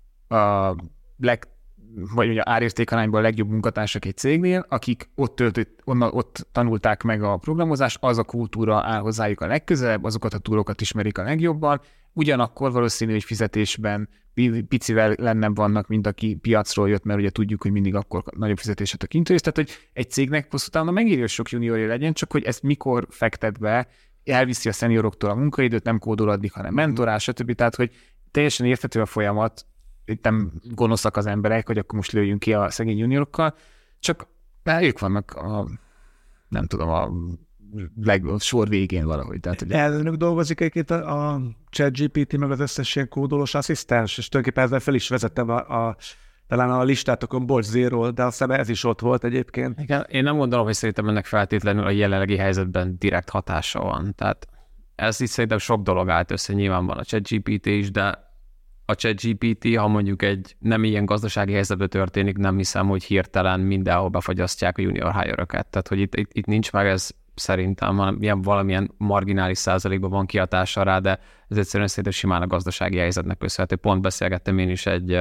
a leg, vagy ugye árértékarányban a legjobb munkatársak egy cégnél, akik ott, töltött, onnan, ott tanulták meg a programozást, az a kultúra áll hozzájuk a legközelebb, azokat a túlokat ismerik a legjobban, ugyanakkor valószínű, hogy fizetésben picivel lennebb vannak, mint aki piacról jött, mert ugye tudjuk, hogy mindig akkor nagyobb fizetéset a kintőz. Tehát, hogy egy cégnek hosszú távon megírja, sok juniorja legyen, csak hogy ezt mikor fektet be, elviszi a szenioroktól a munkaidőt, nem kódol addig, hanem mentorál, stb. Tehát, hogy teljesen érthető a folyamat, itt nem gonoszak az emberek, hogy akkor most lőjünk ki a szegény juniorokkal, csak ők vannak a, nem tudom, a leg, a sor végén valahogy. Tehát, hogy... Ellenük dolgozik egyébként a, a ChatGPT, meg az összes ilyen kódolós asszisztens, és tulajdonképpen ezzel fel is vezettem a, a talán a listátokon, bocs, zéról, de azt hiszem ez is ott volt egyébként. Igen, én nem gondolom, hogy szerintem ennek feltétlenül a jelenlegi helyzetben direkt hatása van. Tehát ez itt szerintem sok dolog állt össze, nyilván van a ChatGPT is, de a ChatGPT, ha mondjuk egy nem ilyen gazdasági helyzetben történik, nem hiszem, hogy hirtelen mindenhol befagyasztják a junior hire-öket. Tehát, hogy itt, itt, itt nincs meg ez szerintem, hanem ilyen valamilyen marginális százalékban van kihatása rá, de ez egyszerűen szerintem simán a gazdasági helyzetnek köszönhető. Pont beszélgettem én is egy,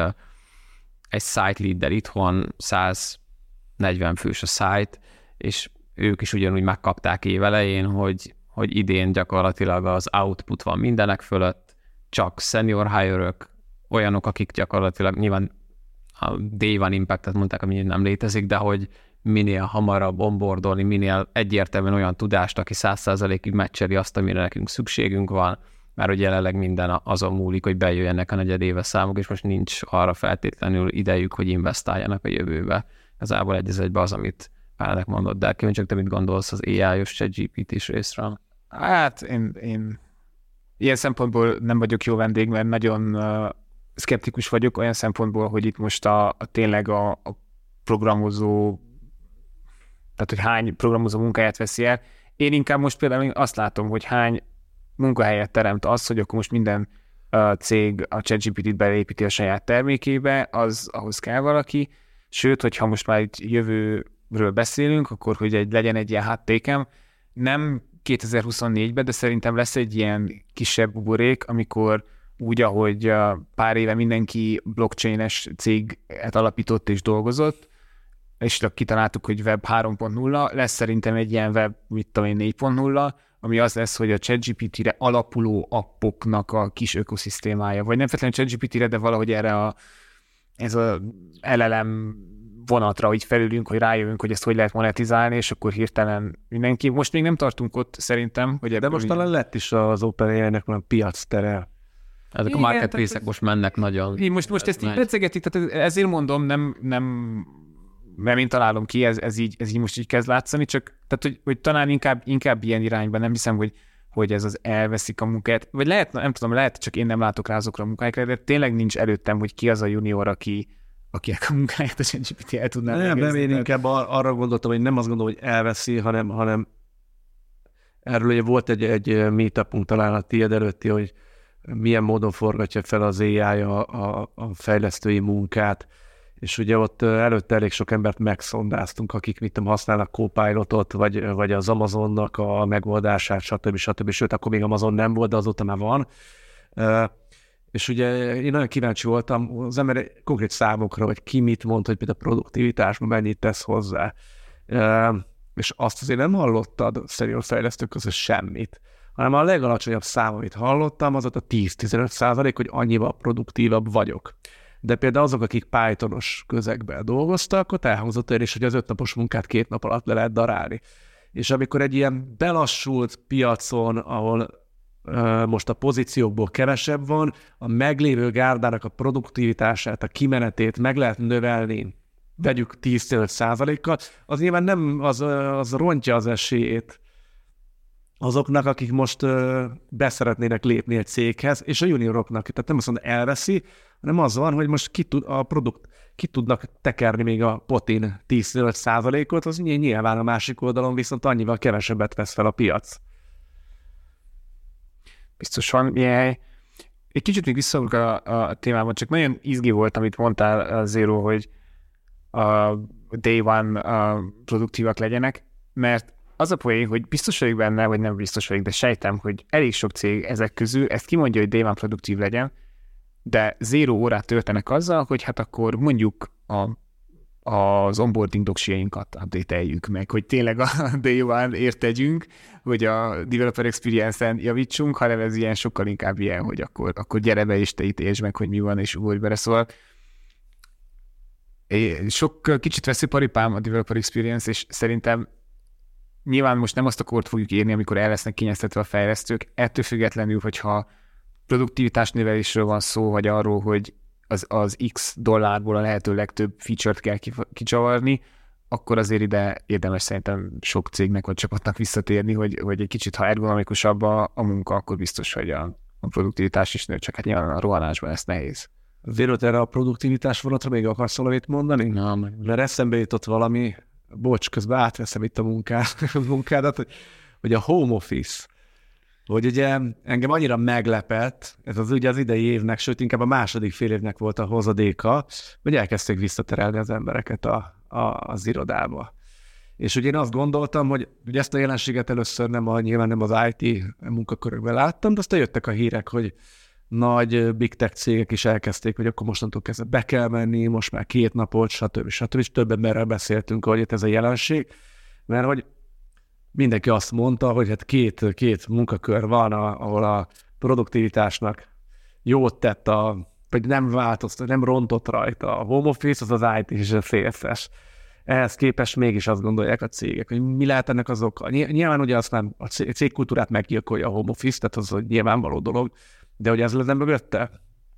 egy site leaddel itthon, száz negyven fős a site, és ők is ugyanúgy megkapták évelején, hogy, hogy idén gyakorlatilag az output van mindenek fölött, csak senior hire-ök, olyanok, akik gyakorlatilag nyilván a day one impact-et mondták, ami nem létezik, de hogy minél hamarabb onboardolni, minél egyértelműen olyan tudást, aki száz százalékig meccseli azt, amire nekünk szükségünk van, mert hogy jelenleg minden azon múlik, hogy bejöjjenek a negyedéves számok, és most nincs arra feltétlenül idejük, hogy investáljanak a jövőbe. Igazából egy egybe az, amit Pálnak mondott, de kíváncsi, te mit gondolsz az á i-os ChatGPT-s részről? Hát én, én ilyen szempontból nem vagyok jó vendég, mert nagyon uh, szkeptikus vagyok olyan szempontból, hogy itt most a, a tényleg a, a programozó, tehát hogy hány programozó munkáját veszi el. Én inkább most például azt látom, hogy hány munkahelyet teremt az, hogy akkor most minden uh, cég a ChatGPT-t beépíti a saját termékébe, az ahhoz kell valaki. Sőt, hogyha most már itt jövőről beszélünk, akkor hogy egy, legyen egy ilyen háttékem, nem kétezer-huszonnégyben, de szerintem lesz egy ilyen kisebb buborék, amikor úgy, ahogy pár éve mindenki blockchain-es céget alapított és dolgozott, és kitaláltuk, hogy web három pont nulla, lesz szerintem egy ilyen web, mit tudom én, négy pont nulla, ami az lesz, hogy a ChatGPT-re alapuló appoknak a kis ökoszisztémája, vagy nem feltétlenül ChatGPT-re, de valahogy erre a, ez a el el em vonatra, hogy felülünk, hogy rájövünk, hogy ezt hogy lehet monetizálni, és akkor hirtelen mindenki. Most még nem tartunk ott szerintem. Hogy de most talán lett is az OpenAI-nek olyan piac tere. Ezek a marketplace-ek most mennek nagyon. Én most, most ezt így pedzegetik, tehát ezért mondom, nem, nem, nem én találom ki, ez, ez, így, ez így most így kezd látszani, csak tehát, hogy, hogy talán inkább, inkább ilyen irányban, nem hiszem, hogy, hogy ez az elveszik a munkát, vagy lehet, nem tudom, lehet, csak én nem látok rá azokra a munkákra, de tényleg nincs előttem, hogy ki az a junior, aki akinek a munkáját a ChatGPT el tudná nem, nem, én inkább arra gondoltam, hogy nem azt gondolom, hogy elveszi, hanem, hanem erről ugye volt egy, egy meetupunk talán a tiéd előtti, hogy milyen módon forgatja fel az á i a, a, a fejlesztői munkát, és ugye ott előtte elég sok embert megszondáztunk, akik mit tudom, használnak Copilotot, vagy, vagy az Amazonnak a megoldását, stb. stb. Sőt, akkor még Amazon nem volt, de azóta már van. És ugye én nagyon kíváncsi voltam az ember konkrét számokra, hogy ki mit mond, hogy például a produktivitásban mennyit tesz hozzá. És azt azért nem hallottad szerintem a fejlesztők között semmit, hanem a legalacsonyabb szám, amit hallottam, az ott a tíz-tizenöt százalék, hogy annyival produktívabb vagyok. De például azok, akik Pythonos közegben dolgoztak, ott elhangzott olyan is, hogy az ötnapos munkát két nap alatt le lehet darálni. És amikor egy ilyen belassult piacon, ahol uh, most a pozíciókból kevesebb van, a meglévő gárdának a produktivitását, a kimenetét meg lehet növelni, vegyük tíz-tizenöt százalékkal, az nyilván nem, az, az rontja az esélyét azoknak, akik most uh, beszeretnének lépni egy céghez, és a junioroknak, tehát nem azt mondom, elveszi, hanem az van, hogy most ki tud, a produkt, ki tudnak tekerni még a potin tíz-tizenöt százalékot, az nyilván a másik oldalon viszont annyival kevesebbet vesz fel a piac. Biztos van ilyen. Egy kicsit még visszaugok a, a témában, csak nagyon izgi volt, amit mondtál a Zero, hogy a day one a produktívak legyenek, mert az a poén, hogy biztos vagyok benne, vagy nem biztos vagyok, de sejtem, hogy elég sok cég ezek közül ezt kimondja, hogy day one produktív legyen, de zero órát töltenek azzal, hogy hát akkor mondjuk a, az onboarding doksiainkat update-eljük meg, hogy tényleg a day one-ért tegyünk, hogy a developer experience-en javítsunk, hanem ez ilyen sokkal inkább ilyen, hogy akkor, akkor gyere be és te ítélj meg, hogy mi van, és ugorj bele. Szóval sok kicsit veszi paripám a developer experience, és szerintem nyilván most nem azt a kort fogjuk írni, amikor el lesznek kényeztetve a fejlesztők, ettől függetlenül, hogyha produktivitás növelésről van szó, vagy arról, hogy az, az X dollárból a lehető legtöbb feature-t kell kicsavarni, akkor azért ide érdemes szerintem sok cégnek vagy csapatnak visszatérni, hogy, hogy egy kicsit, ha ergonomikusabb a, a munka, akkor biztos, hogy a, a produktivitás is nő, csak hát nyilván a rohanásban ez nehéz. Vérőt, erre a produktivitás vonatra még akarsz valamit mondani? Na, mert eszembe jutott valami, bocs, közben átveszem itt a munká, munkádat, hogy, hogy a home office, hogy ugye engem annyira meglepett, ez az ugye az idei évnek, sőt inkább a második fél évnek volt a hozadéka, hogy elkezdték visszaterelni az embereket a, a, az irodába. És ugye én azt gondoltam, hogy ugye ezt a jelenséget először nem a, nyilván nem az i té munkakörökben láttam, de aztán jöttek a hírek, hogy nagy big tech cégek is elkezdték, hogy akkor mostantól kezdve be kell menni, most már két napot, stb. stb. És több emberrel beszéltünk, hogy itt ez a jelenség, mert hogy mindenki azt mondta, hogy hát két, két munkakör van, ahol a produktivitásnak jót tett, a, vagy nem változtat, nem rontott rajta a home office, az az i té és a cé es es. Ehhez képest mégis azt gondolják a cégek, hogy mi lehet ennek az oka. Nyilván ugye azt nem, a cégkultúrát meggyilkolja a home office, tehát az egy nyilvánvaló dolog, de hogy ez lenne mögötte?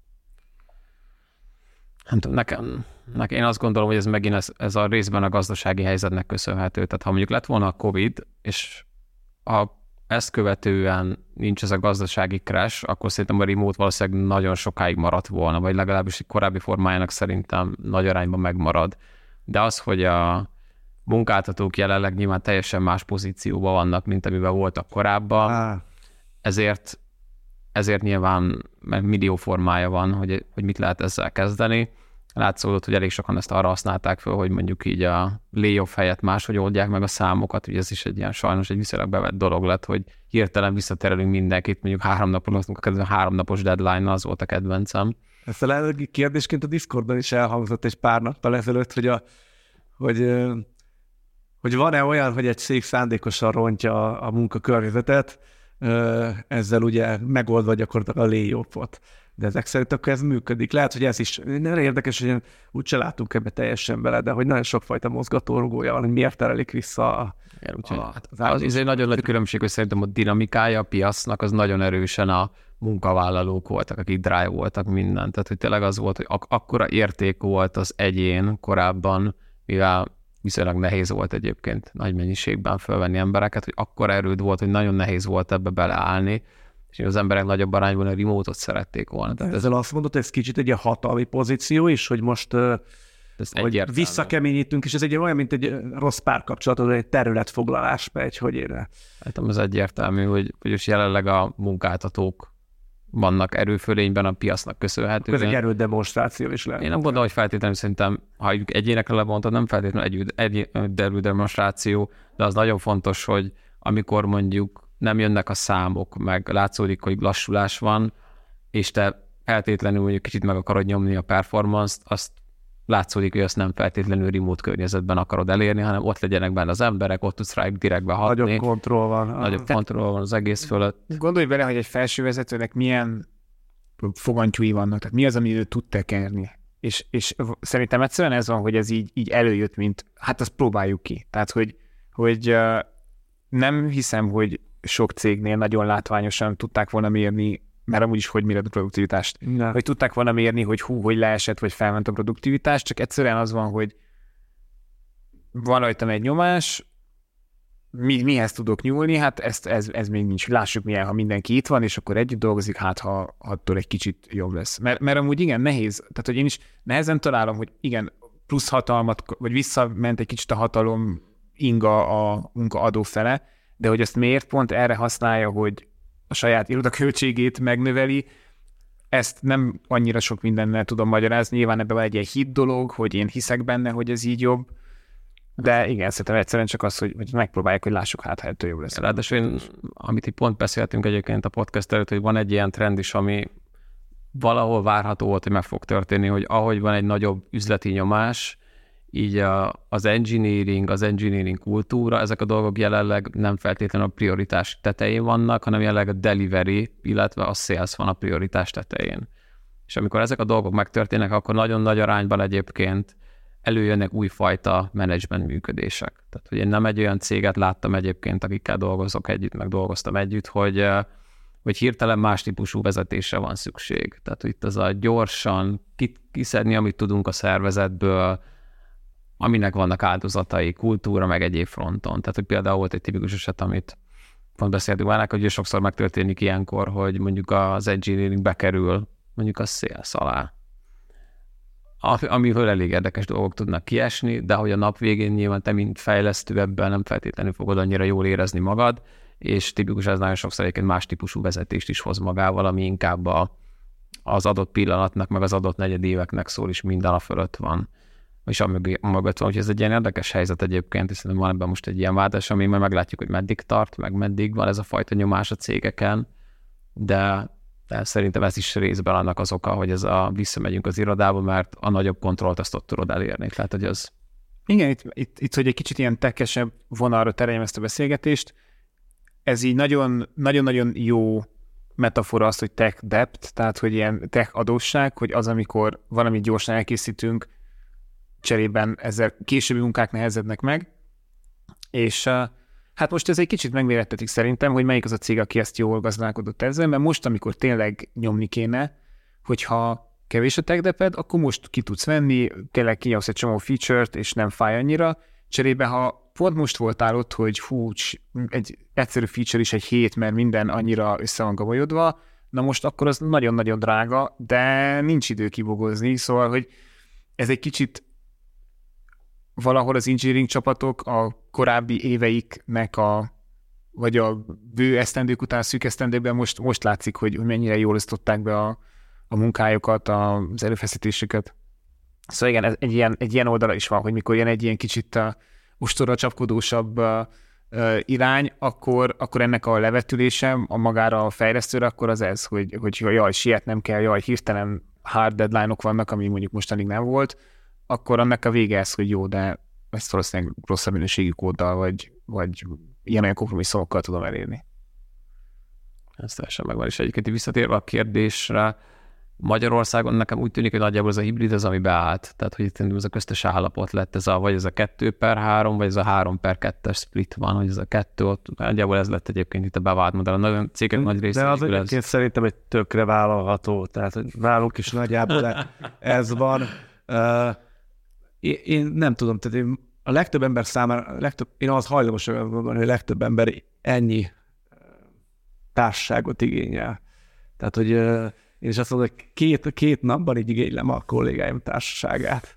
Hát nekem, nekem, én azt gondolom, hogy ez megint ez, ez a részben a gazdasági helyzetnek köszönhető. Tehát ha mondjuk lett volna a Covid, és a, ezt követően nincs ez a gazdasági crash, akkor szerintem a remote valószínűleg nagyon sokáig maradt volna, vagy legalábbis egy korábbi formájának szerintem nagy arányban megmarad. De az, hogy a munkáltatók jelenleg nyilván teljesen más pozícióban vannak, mint amiben voltak korábban, ah. ezért ezért nyilván mert millió formája van, hogy, hogy mit lehet ezzel kezdeni. Látszódott, hogy elég sokan ezt arra használták fel, hogy mondjuk így a layoff helyett máshogy oldják meg a számokat, ugye ez is egy ilyen sajnos egy viszonylag bevett dolog lett, hogy hirtelen visszaterelünk mindenkit, mondjuk három napon hoztunk a kedvenc, három napos deadline, az volt a kedvencem. Ezt a kérdésként a Discordban is elhangzott egy pár nappal ezelőtt, hogy, a, hogy, hogy van-e olyan, hogy egy cég szándékosan rontja a, a munkakörnyezetet, ezzel ugye megoldva gyakorlatilag a layoffot. De ezek szerint akkor ez működik. Lehet, hogy ez is nagyon érdekes, hogy úgyse látunk ebbe teljesen bele, de hogy nagyon sokfajta mozgatórugója van, hogy miért terelik vissza a, Igen, a, hát az, az, az egy nagyon nagy különbség, hogy szerintem a dinamikája a piacnak az nagyon erősen a munkavállalók voltak, akik drive voltak mindent. Tehát, hogy tényleg az volt, hogy ak- akkora érték volt az egyén korábban, mivel viszonylag nehéz volt egyébként nagy mennyiségben felvenni embereket, hogy akkora erőd volt, hogy nagyon nehéz volt ebbe beleállni, és az emberek nagyobb arányban a remote-ot szerették volna. Tehát ezzel azt mondod, hogy ez kicsit egy ilyen hatalmi pozíció is, hogy most hogy visszakeményítünk, és ez egy olyan, mint egy rossz párkapcsolat, egy területfoglalás megy, hogy én... Hát ez egyértelmű, hogy, hogy most jelenleg a munkáltatók vannak erőfölényben a piacnak köszönhetően. Ez egy erődemonstráció is lehet. Én nem gondolom, hogy feltétlenül szerintem, ha egyénekre lebontod, nem feltétlenül egy, egy erődemonstráció, de az nagyon fontos, hogy amikor mondjuk nem jönnek a számok, meg látszódik, hogy lassulás van, és te feltétlenül mondjuk kicsit meg akarod nyomni a performance-t, azt látszódik, hogy azt nem feltétlenül remote környezetben akarod elérni, hanem ott legyenek benne az emberek, ott tudsz rájuk direktbe hatni. Nagyobb kontroll van. Nagyobb kontroll van az egész fölött. Gondolj bele, hogy egy felsővezetőnek milyen fogantyúi vannak, tehát mi az, ami ő tud tekerni. És, és szerintem egyszerűen ez van, hogy ez így, így előjött, mint hát azt próbáljuk ki. Tehát, hogy, hogy uh, nem hiszem, hogy sok cégnél nagyon látványosan tudták volna mérni, mert amúgy is hogy méred a produktivitást. Ne. Hogy tudták volna mérni, hogy hú, hogy leesett, vagy felment a produktivitás, csak egyszerűen az van, hogy van rajtam egy nyomás, mi, mihez tudok nyúlni, hát ezt, ez, ez még nincs. Lássuk milyen, ha mindenki itt van, és akkor együtt dolgozik, hát ha attól egy kicsit jobb lesz. Mert, mert amúgy igen, nehéz, tehát hogy én is nehezen találom, hogy igen, plusz hatalmat, vagy visszament egy kicsit a hatalom inga a munkaadó fele, de hogy azt miért pont erre használja, hogy a saját irodaköltségét megnöveli, ezt nem annyira sok mindennel tudom magyarázni, nyilván ebben van egy ilyen hit dolog, hogy én hiszek benne, hogy ez így jobb, de igen, szerintem egyszerűen csak az, hogy, hogy megpróbálják, hogy lássuk, hát ha ettől jobb lesz. Ráadásul én, amit itt pont beszéltünk egyébként a podcast előtt, hogy van egy ilyen trend is, ami valahol várható volt, hogy meg fog történni, hogy ahogy van egy nagyobb üzleti nyomás, így a, az engineering, az engineering kultúra, ezek a dolgok jelenleg nem feltétlenül a prioritás tetején vannak, hanem jelenleg a delivery, illetve a sales van a prioritás tetején. És amikor ezek a dolgok megtörténnek, akkor nagyon nagy arányban egyébként előjönnek újfajta menedzsment működések. Tehát, hogy én nem egy olyan céget láttam egyébként, akikkel dolgozok együtt, meg dolgoztam együtt, hogy, hogy hirtelen más típusú vezetésre van szükség. Tehát, hogy itt az a gyorsan kiszedni, amit tudunk a szervezetből, aminek vannak áldozatai, kultúra, meg egyéb fronton. Tehát, hogy például volt egy tipikus eset, amit pont beszéltünk már, hogy sokszor megtörténik ilyenkor, hogy mondjuk az engineering bekerül mondjuk a sales alá, amiből elég érdekes dolgok tudnak kiesni, de hogy a nap végén nyilván te, mint fejlesztő, ebben nem feltétlenül fogod annyira jól érezni magad, és tipikus ez nagyon sokszor egyébként más típusú vezetést is hoz magával, ami inkább a, az adott pillanatnak, meg az adott negyedéveknek szól, és minden a fölött van. És amögött van, úgyhogy ez egy ilyen érdekes helyzet egyébként, hiszen van ebben most egy ilyen váltás, ami majd meglátjuk, hogy meddig tart, meg meddig van ez a fajta nyomás a cégeken, de, de szerintem ez is részben annak az oka, hogy ez a visszamegyünk az irodába, mert a nagyobb kontrollt azt ott tudod elérni. Tehát, hogy az... Igen, itt, itt, itt, hogy egy kicsit ilyen tekesebb vonalra tereljem ezt a beszélgetést, ez így nagyon, nagyon-nagyon jó metafora az, hogy tech debt, tehát, hogy ilyen tech adósság, hogy az, amikor valamit gyorsan elkészítünk, cserében ezzel későbbi munkák nehezednek meg, és uh, hát most ez egy kicsit megmérettetik szerintem, hogy melyik az a cég, aki ezt jól gazdálkodott ezzel, mert most, amikor tényleg nyomni kéne, hogyha kevés a tech-deped, akkor most ki tudsz venni, tényleg kinyomsz egy csomó feature-t, és nem fáj annyira, cserébe, ha pont most voltál ott, hogy hú, egy egyszerű feature is egy hét, mert minden annyira össze van gabajodva, na most akkor az nagyon-nagyon drága, de nincs idő kibogozni, szóval, hogy ez egy kicsit valahol az engineering csapatok a korábbi éveiknek a, vagy a bő esztendők után, szűk esztendőkben most, most látszik, hogy, hogy mennyire jól osztották be a, a munkájukat, az erőfeszítésüket. Szóval igen, ez egy ilyen, egy ilyen oldala is van, hogy mikor jön egy ilyen kicsit a ostorra csapkodósabb uh, uh, irány, akkor, akkor ennek a levetülése a magára a fejlesztőre, akkor az ez, hogy, hogy jaj, sietnem kell, jaj, hirtelen hard deadline-ok vannak, ami mondjuk mostanig nem volt, akkor annak a vége ez, hogy jó, de ezt valószínűleg rosszabb minőségű kóddal, vagy, vagy ilyen-olyan kompromisszumokkal tudom elérni. Ez teljesen megvan. És egyébként visszatérve a kérdésre, Magyarországon nekem úgy tűnik, hogy nagyjából ez a hibrid az, ami beállt. Tehát, hogy itt ez a köztes állapot lett, ez a, vagy ez a kettő per három, vagy ez a három per kettes split van, hogy ez a kettő, ott, nagyjából ez lett egyébként itt a bevált modell. A nagyon cégek nagy része. De az egyébként ez... szerintem egy tökre vállalható, tehát hogy nálunk is nagyjából ez van. Uh, én, én nem tudom, tehát én a legtöbb ember számára, a legtöbb, én az hajlamos vagyok, hogy a legtöbb ember ennyi társaságot igényel. Tehát, hogy uh, én is azt mondom, hogy két, két napban így igénylem a kollégáim társaságát.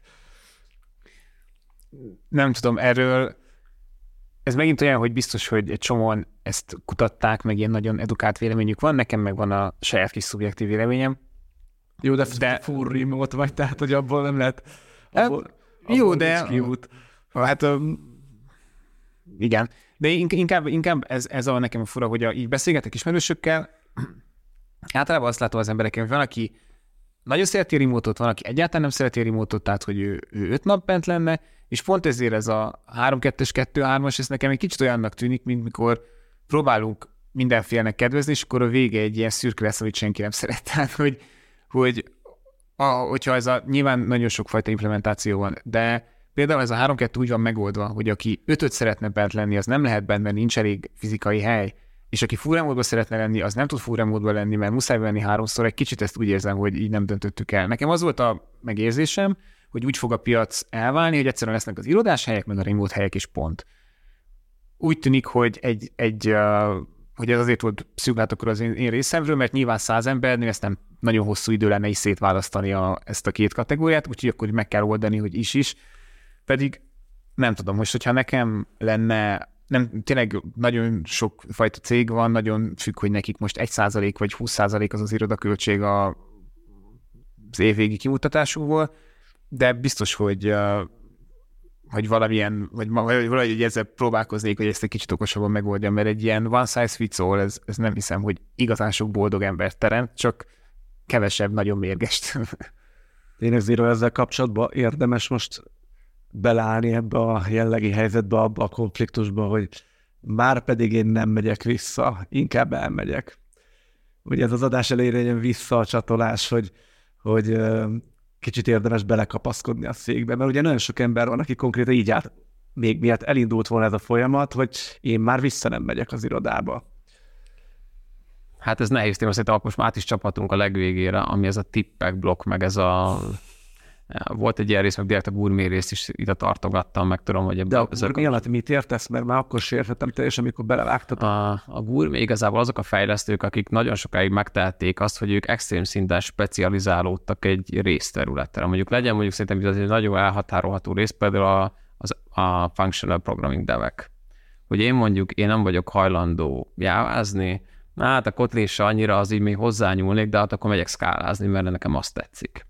Nem tudom, erről ez megint olyan, hogy biztos, hogy egy csomóan ezt kutatták, meg ilyen nagyon edukált véleményük van, nekem meg van a saját kis szubjektív véleményem. Jó, de, de full remote vagy, tehát, hogy abból nem lehet... Abból, abból jó, de... Hát um, igen. De inkább, inkább ez, ez a nekem a fura, hogy a, így beszélgetek ismerősökkel, általában azt látom az embereken, hogy van, aki nagyon szereti remote-ot, van, aki egyáltalán nem szereti remote-ot, tehát hogy ő, ő öt nap bent lenne, és pont ezért ez a három kettes kettő hármas, ez nekem egy kicsit olyannak tűnik, mint mikor próbálunk mindenfélnek kedvezni, és akkor a vége egy ilyen szürke lesz, amit senki nem szeret. Tehát, hogy, hogy a, hogyha ez a, nyilván nagyon sokfajta implementáció van, de például ez a három kettő úgy van megoldva, hogy aki ötöt szeretne bent lenni, az nem lehet bent, mert nincs elég fizikai hely, és aki full remote-ba szeretne lenni, az nem tud full remote-ba lenni, mert muszáj venni háromszor, egy kicsit ezt úgy érzem, hogy így nem döntöttük el. Nekem az volt a megérzésem, hogy úgy fog a piac elválni, hogy egyszerűen lesznek az irodás helyek, meg a remote helyek, és pont. Úgy tűnik, hogy egy, egy uh, hogy ez azért volt szűklát akkor az én, én részemről, mert nyilván száz embernél ezt nem nagyon hosszú idő lenne is szétválasztani a, ezt a két kategóriát, úgyhogy akkor meg kell oldani, hogy is-is. Pedig nem tudom, most, hogyha nekem lenne, nem, tényleg nagyon sok fajta cég van, nagyon függ, hogy nekik most egy százalék vagy húsz százalék az az irodaköltség a, az évvégi kimutatásukból, de biztos, hogy, hogy valamilyen, vagy valahogy ezzel próbálkoznék, hogy ezt egy kicsit okosabban megoldjam, mert egy ilyen one size fits all, ez, ez nem hiszem, hogy igazán sok boldog embert teremt, csak kevesebb, nagyon mérgest. Tényleg Zero, ezzel kapcsolatban érdemes most beleállni ebbe a jellegi helyzetbe, abba a konfliktusba, hogy már pedig én nem megyek vissza, inkább elmegyek. Ugye ez az adás elejére ilyen visszacsatolás, hogy, hogy kicsit érdemes belekapaszkodni a székbe, mert ugye nagyon sok ember van, aki konkrétan így állt, még miatt elindult volna ez a folyamat, hogy én már vissza nem megyek az irodába. Hát ez nehéz téma, szerintem most már át is csaphatunk a legvégére, ami ez a tippek blokk, meg ez a... Volt egy ilyen rész, meg direkt a gurmé részt is ide tartogattam, meg tudom, hogy... De a gurmé alatt mit értesz? Mert már akkor sértettem teljesen, amikor belevágtatok. A, a gurmé igazából azok a fejlesztők, akik nagyon sokáig megtehették azt, hogy ők extrém szinten specializálódtak egy részterületre. Mondjuk legyen mondjuk szerintem ez egy nagyon elhatárolható rész, például a, az, a functional programming devek. Hogy én mondjuk, én nem vagyok hajlandó jávázni, hát a Kotlin-se annyira az így még hozzányúlnék, de hát akkor megyek szkálázni, mert nekem azt tetszik.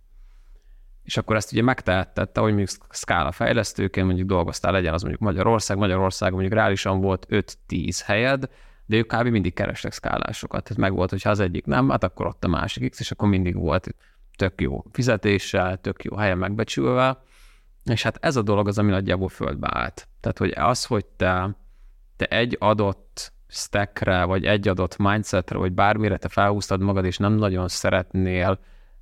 És akkor ezt ugye megtehettette, hogy mondjuk szkála fejlesztőként mondjuk dolgoztál, legyen az mondjuk Magyarország, Magyarországon mondjuk reálisan volt öt-tíz helyed, de ők kb. Mindig kerestek szkálásokat. Tehát meg volt, hogyha az egyik nem, hát akkor ott a másik X, és akkor mindig volt tök jó fizetéssel, tök jó helyen megbecsülve, és hát ez a dolog az, ami nagyjából földbe állt. Tehát, hogy az, hogy te, te egy adott stackre, vagy egy adott mindsetre, vagy bármire te felhúztad magad, és nem nagyon szeretnél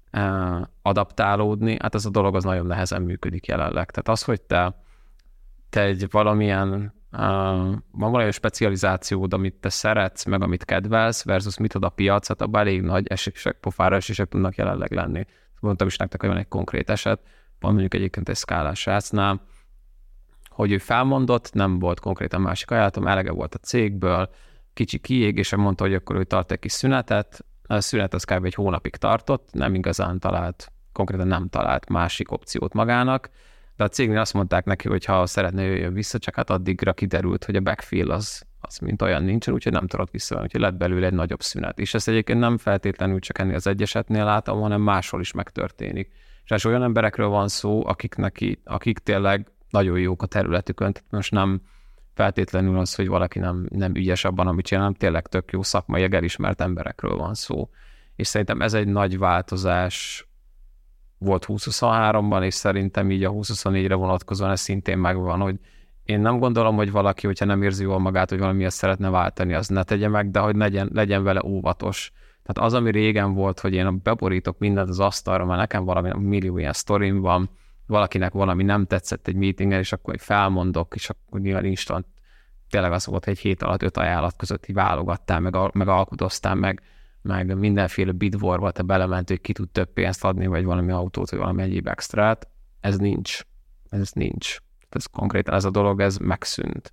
adaptálódni, hát ez a dolog az nagyon nehezen működik jelenleg. Tehát az, hogy te, te egy valamilyen, uh, van valamilyen specializációd, amit te szeretsz, meg amit kedvelsz, versus mit ad a piac, hát abban elég nagy esések, pofára esések tudnak jelenleg lenni. Mondtam is nektek, hogy van egy konkrét eset, van mondjuk egyébként egy szkálás srácnál, hogy ő felmondott, nem volt konkrétan másik ajánlatom, elege volt a cégből, kicsi kiégése, mondta, hogy akkor ő tart egy kis szünetet, a szünet az kb. Egy hónapig tartott, nem igazán talált, konkrétan nem talált másik opciót magának, de a cégnél azt mondták neki, hogy ha szeretne jöjjön vissza, csak hát addigra kiderült, hogy a backfill az, az mint olyan nincsen, úgyhogy nem tudott vissza, úgyhogy lett belőle egy nagyobb szünet. És ezt egyébként nem feltétlenül csak ennél az egyesetnél látom, hanem máshol is megtörténik. És olyan emberekről van szó, akik, neki, akik tényleg nagyon jók a területükön, tehát most nem feltétlenül az, hogy valaki nem, nem ügyes abban, amit csinál, hanem tényleg tök jó szakmai, elismert emberekről van szó. És szerintem ez egy nagy változás volt húsz huszonháromban, és szerintem így a húsz huszonnégyre vonatkozóan ez szintén megvan, hogy én nem gondolom, hogy valaki, hogyha nem érzi jól magát, hogy valamiért szeretne váltani, az ne tegye meg, de hogy legyen, legyen vele óvatos. Tehát az, ami régen volt, hogy én beborítok mindent az asztalra, mert nekem valami millió ilyen sztorim van, valakinek valami nem tetszett egy meetingen, és akkor felmondok, és akkor nyilván instant tényleg az volt, hogy egy hét alatt öt ajánlat között így válogattál, meg, meg alkudoztál, meg, meg mindenféle bidvorba te belement, hogy ki tud több pénzt adni, vagy valami autót, vagy valami egyéb extrát. Ez nincs. Ez nincs. Ez konkrétan ez a dolog, ez megszűnt.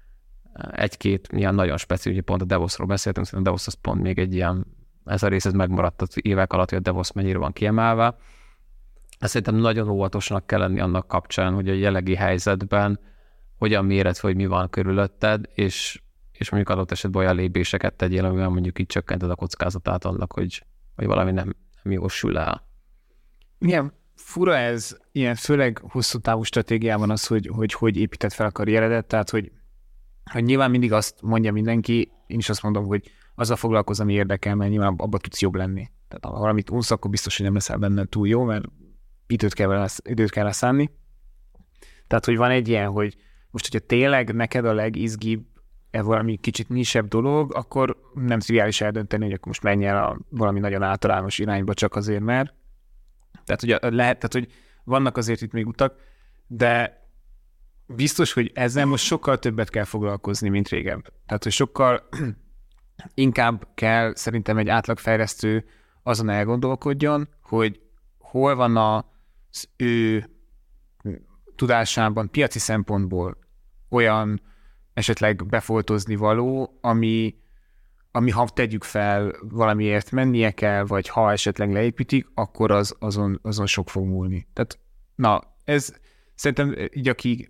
Egy-két ilyen nagyon speciális, pont a DevOps-ról beszéltünk, szerintem a DevOps az pont még egy ilyen, ez a rész ez megmaradt az évek alatt, hogy a DevOps mennyire van kiemelve. Ezt szerintem nagyon óvatosnak kell lenni annak kapcsán, hogy a jelenlegi helyzetben hogyan méred, hogy mi van körülötted, és, és mondjuk adott esetben olyan lépéseket tegyél, amivel mondjuk így csökkented a kockázatát annak, hogy, hogy valami nem, nem jól sül el. Igen, fura ez, ilyen főleg hosszú távú stratégiában az, hogy hogy, hogy építed fel a karrieredet, tehát hogy, hogy nyilván mindig azt mondja mindenki, én is azt mondom, hogy azzal foglalkozz, ami érdekel, mert nyilván abban tudsz jobb lenni. Tehát ha valamit unsz, akkor biztos, hogy nem leszel benne túl jó, mert időt kell, vele, időt kell szánni. Tehát, hogy van egy ilyen, hogy most, hogyha tényleg neked a legizgibb e valami kicsit nisebb dolog, akkor nem triviális eldönteni, hogy akkor most menj el a valami nagyon általános irányba csak azért, mert. Tehát, hogy lehet, tehát, hogy vannak azért itt még utak, de biztos, hogy ezzel most sokkal többet kell foglalkozni, mint régen. Tehát, hogy sokkal inkább kell szerintem egy átlagfejlesztő azon elgondolkodjon, hogy hol van az ő tudásában piaci szempontból olyan esetleg befoltozni való, ami, ami ha tegyük fel, valamiért mennie kell, vagy ha esetleg leépítik, akkor az, azon, azon sok fog múlni. Tehát, na, ez szerintem így, aki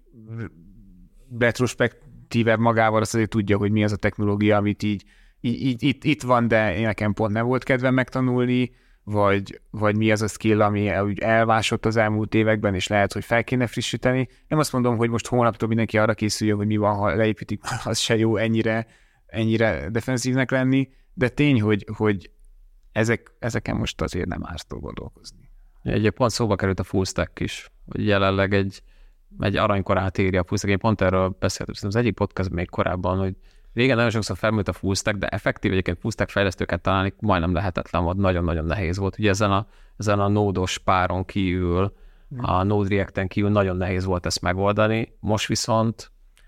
retrospektívebb magával, azt azért tudja, hogy mi az a technológia, amit így, így, így itt, itt van, de nekem pont nem volt kedvem megtanulni, vagy, vagy mi az a skill, ami úgy elvásott az elmúlt években, és lehet, hogy fel kéne frissíteni. Nem azt mondom, hogy most hónaptól mindenki arra készüljön, hogy mi van, ha leépítik, az se jó ennyire, ennyire defenzívnek lenni, de tény, hogy, hogy ezek, ezeken most azért nem ártó gondolkozni. Egyébként pont szóba került a full stack is, hogy jelenleg egy, egy aranykorát éri a full stack. Én pont erről beszéltem, az egyik podcast még korábban, hogy régen nagyon sokszor felmerült a full stack, de effektív egyébként full stack fejlesztőket találni majdnem lehetetlen volt, nagyon-nagyon nehéz volt. Ugye ezen a, ezen a Node-os páron kívül, a Node React-en kívül nagyon nehéz volt ezt megoldani. Most viszont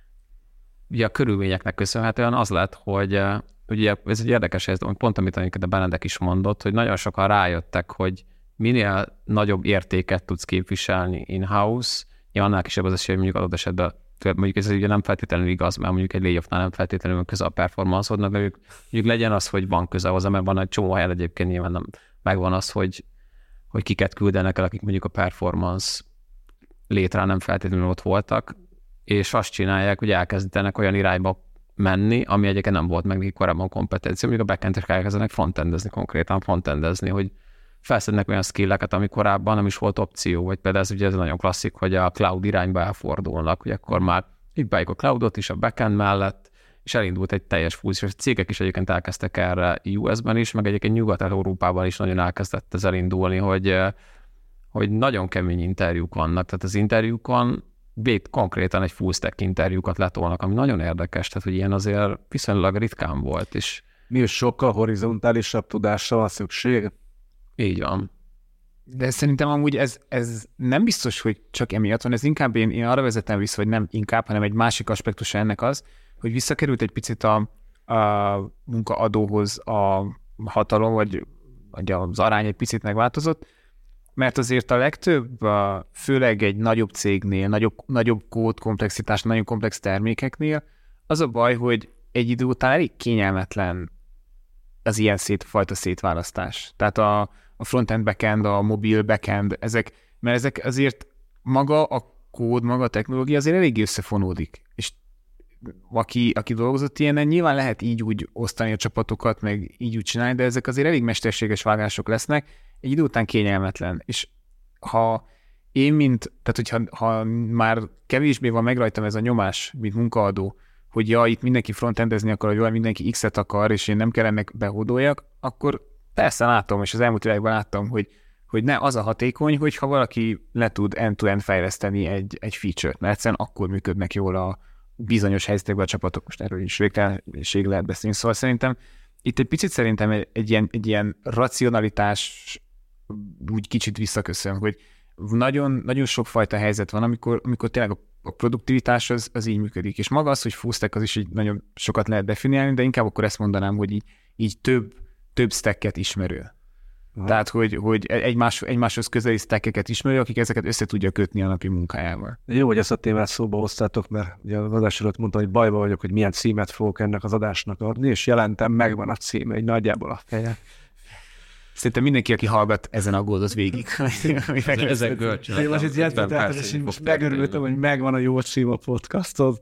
ugye a körülményeknek köszönhetően az lett, hogy ugye ez egy érdekes helyzet, pont amit a Benedek is mondott, hogy nagyon sokan rájöttek, hogy minél nagyobb értéket tudsz képviselni in-house, nyilván annál kisebb az esély, hogy mondjuk adott esetben, mondjuk ez ugye nem feltétlenül igaz, mert mondjuk egy layoffnál nem feltétlenül köze a performance-odnak, de mondjuk legyen az, hogy van köze hozzá, mert van egy csomó helyen egyébként nyilván nem, megvan az, hogy, hogy kiket küldenek el, akik mondjuk a performance létre nem feltétlenül ott voltak, és azt csinálják, hogy elkezdenek olyan irányba menni, ami egyébként nem volt meg nekik korábban kompetencia, mondjuk a backendesek elkezdenek frontendezni, konkrétan frontendezni, hogy felszednek olyan skilleket, ami korábban nem is volt opció, vagy például ez ugye ez nagyon klasszik, hogy a cloud irányba elfordulnak, hogy akkor már hibáljuk a cloudot is a backend mellett, és elindult egy teljes fúziós. Cégek is egyébként elkezdtek erre U S-ben is, meg egyébként Nyugat-Európában is nagyon elkezdett ez elindulni, hogy, hogy nagyon kemény interjúk vannak, tehát az interjúkon konkrétan egy full stack interjúkat letolnak, ami nagyon érdekes, tehát hogy ilyen azért viszonylag ritkán volt. És mi is sokkal horizontálisabb tudásra van szükség. Így van. De szerintem amúgy ez, ez nem biztos, hogy csak emiatt van, ez inkább én, én arra vezetem vissza, hogy nem inkább, hanem egy másik aspektusa ennek az, hogy visszakerült egy picit a, a munkaadóhoz a hatalom, vagy, vagy az arány egy picit megváltozott, mert azért a legtöbb, a, főleg egy nagyobb cégnél, nagyobb, nagyobb kód komplexitás, nagyon komplex termékeknél, az a baj, hogy egy idő után elég kényelmetlen az ilyen szét, fajta szétválasztás. Tehát a, a frontend backend, a mobil backend, ezek, mert ezek azért maga a kód, maga a technológia azért eléggé összefonódik. És aki, aki dolgozott ilyenen, nyilván lehet így úgy osztani a csapatokat, meg így úgy csinálni, de ezek azért elég mesterséges vágások lesznek, egy idő után kényelmetlen. És ha én, mint, tehát hogyha ha már kevésbé van meg rajtam ez a nyomás, mint munkaadó, hogy ja, itt mindenki frontendezni akar, vagy mindenki X-et akar, és én nem kell ennek behódoljak, akkor persze látom, és az elmúlt években láttam, hogy, hogy ne az a hatékony, hogyha valaki le tud end-to-end fejleszteni egy, egy feature-t, mert egyszerűen akkor működnek jól a bizonyos helyzetekben a csapatok, most erről is végtelenség lehet beszélni, szóval szerintem itt egy picit szerintem egy, egy, ilyen, egy ilyen racionalitás úgy kicsit visszaköszön, hogy nagyon, nagyon sokfajta helyzet van, amikor, amikor tényleg a a produktivitás az, az így működik. És maga az, hogy full stack, az is így nagyon sokat lehet definiálni, de inkább akkor ezt mondanám, hogy így, így több, több stacket ismerő. Aha. Tehát, hogy, hogy egymás, egymáshoz közeli stackeket ismerő, akik ezeket össze tudja kötni a napi munkájával. Jó, hogy ezt a témát szóba hoztátok, mert ugye az adás előtt mondtam, hogy bajba vagyok, hogy milyen címet fogok ennek az adásnak adni, és jelentem, megvan a címe, egy nagyjából a feje. Szerintem mindenki, aki hallgat, ezen aggódott végig. Ezek görcsön. Én most itt jelzett, és én most megörültem, hogy megvan a jó cím a podcastod.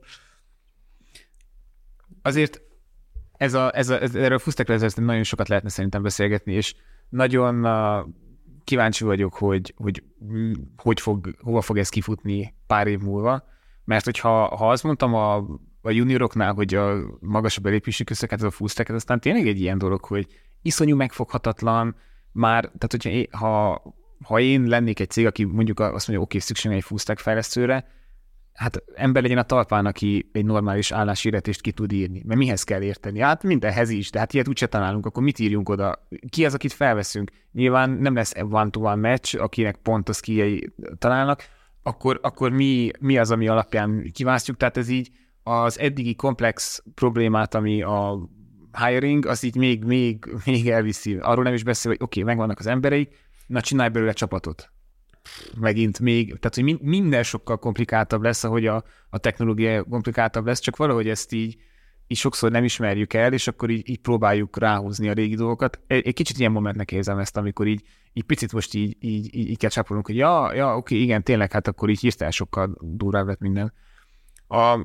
Azért ez a, ez a, ez, erről full stackről nagyon sokat lehetne szerintem beszélgetni, és nagyon uh, kíváncsi vagyok, hogy, hogy, hogy fog, hova fog ez kifutni pár év múlva, mert hogyha ha azt mondtam a, a junioroknál, hogy a magasabb elépési közöket, ez a full stack, ez aztán tényleg egy ilyen dolog, hogy iszonyú megfoghatatlan, már, tehát hogyha én, ha, ha én lennék egy cég, aki mondjuk azt mondja, oké, szükség egy full stack fejlesztőre, hát ember legyen a talpán, aki egy normális álláshirdetést ki tud írni. Mert mihez kell érteni? Hát mindenhez is, de hát ilyet úgyse találunk, akkor mit írjunk oda? Ki az, akit felveszünk? Nyilván nem lesz one-to-one match, akinek pont az kijei találnak, akkor, akkor mi, mi az, ami alapján kiválasztjuk? Tehát ez így az eddigi komplex problémát, ami a hiring, az így még, még, még elviszi. Arról nem is beszél, hogy oké, okay, megvannak az embereik, na csinálj belőle csapatot. Megint még, tehát hogy minden sokkal komplikáltabb lesz, ahogy a, a technológia komplikáltabb lesz, csak valahogy ezt így, így sokszor nem ismerjük el, és akkor így, így próbáljuk ráhúzni a régi dolgokat. Egy, egy kicsit ilyen momentnek érzem ezt, amikor így, így picit most így, így, így, így kell csápolnunk, hogy ja, ja, oké, igen, tényleg, hát akkor így hirtelen sokkal durvább lett minden. A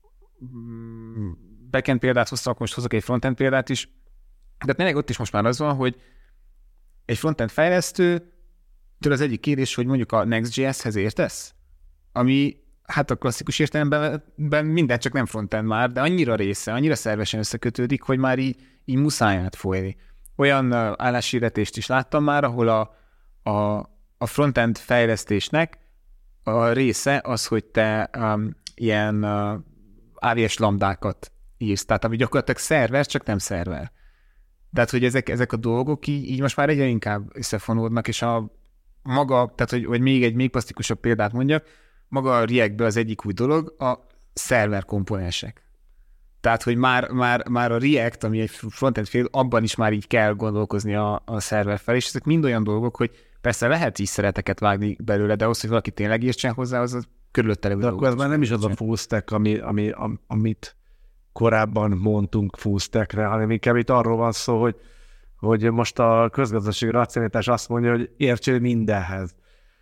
backend példát hoztam, most hozok egy frontend példát is, de tényleg ott is most már az van, hogy egy frontend fejlesztő tőle az egyik kérdés, hogy mondjuk a Next.js-hez értesz? Ami hát a klasszikus értelemben minden, csak nem frontend már, de annyira része, annyira szervesen összekötődik, hogy már így, így muszáj átfolyni. Olyan álláshirdetést is láttam már, ahol a, a, a frontend fejlesztésnek a része az, hogy te um, ilyen uh, á vé es lambdákat írsz, tehát ami gyakorlatilag szerver, csak nem szerver. Tehát, hogy ezek, ezek a dolgok így, így most már egyre inkább összefonódnak, és a maga, tehát, hogy, hogy még egy még plastikusabb példát mondjak, maga a React-ből az egyik új dolog, a szerver komponensek. Tehát, hogy már, már, már a React, ami egy frontend fél, abban is már így kell gondolkozni a, a szerver fel, és ezek mind olyan dolgok, hogy persze lehet is szereteket vágni belőle, de ahhoz, hogy valaki tényleg értsen hozzá, az a körülötte levő. De akkor ez már nem is az a full stack, ami, ami, am, amit korábban mondtunk full stackre, hanem inkább itt arról van szó, hogy, hogy most a közgazdasági racionalitás azt mondja, hogy értsél mindenhez.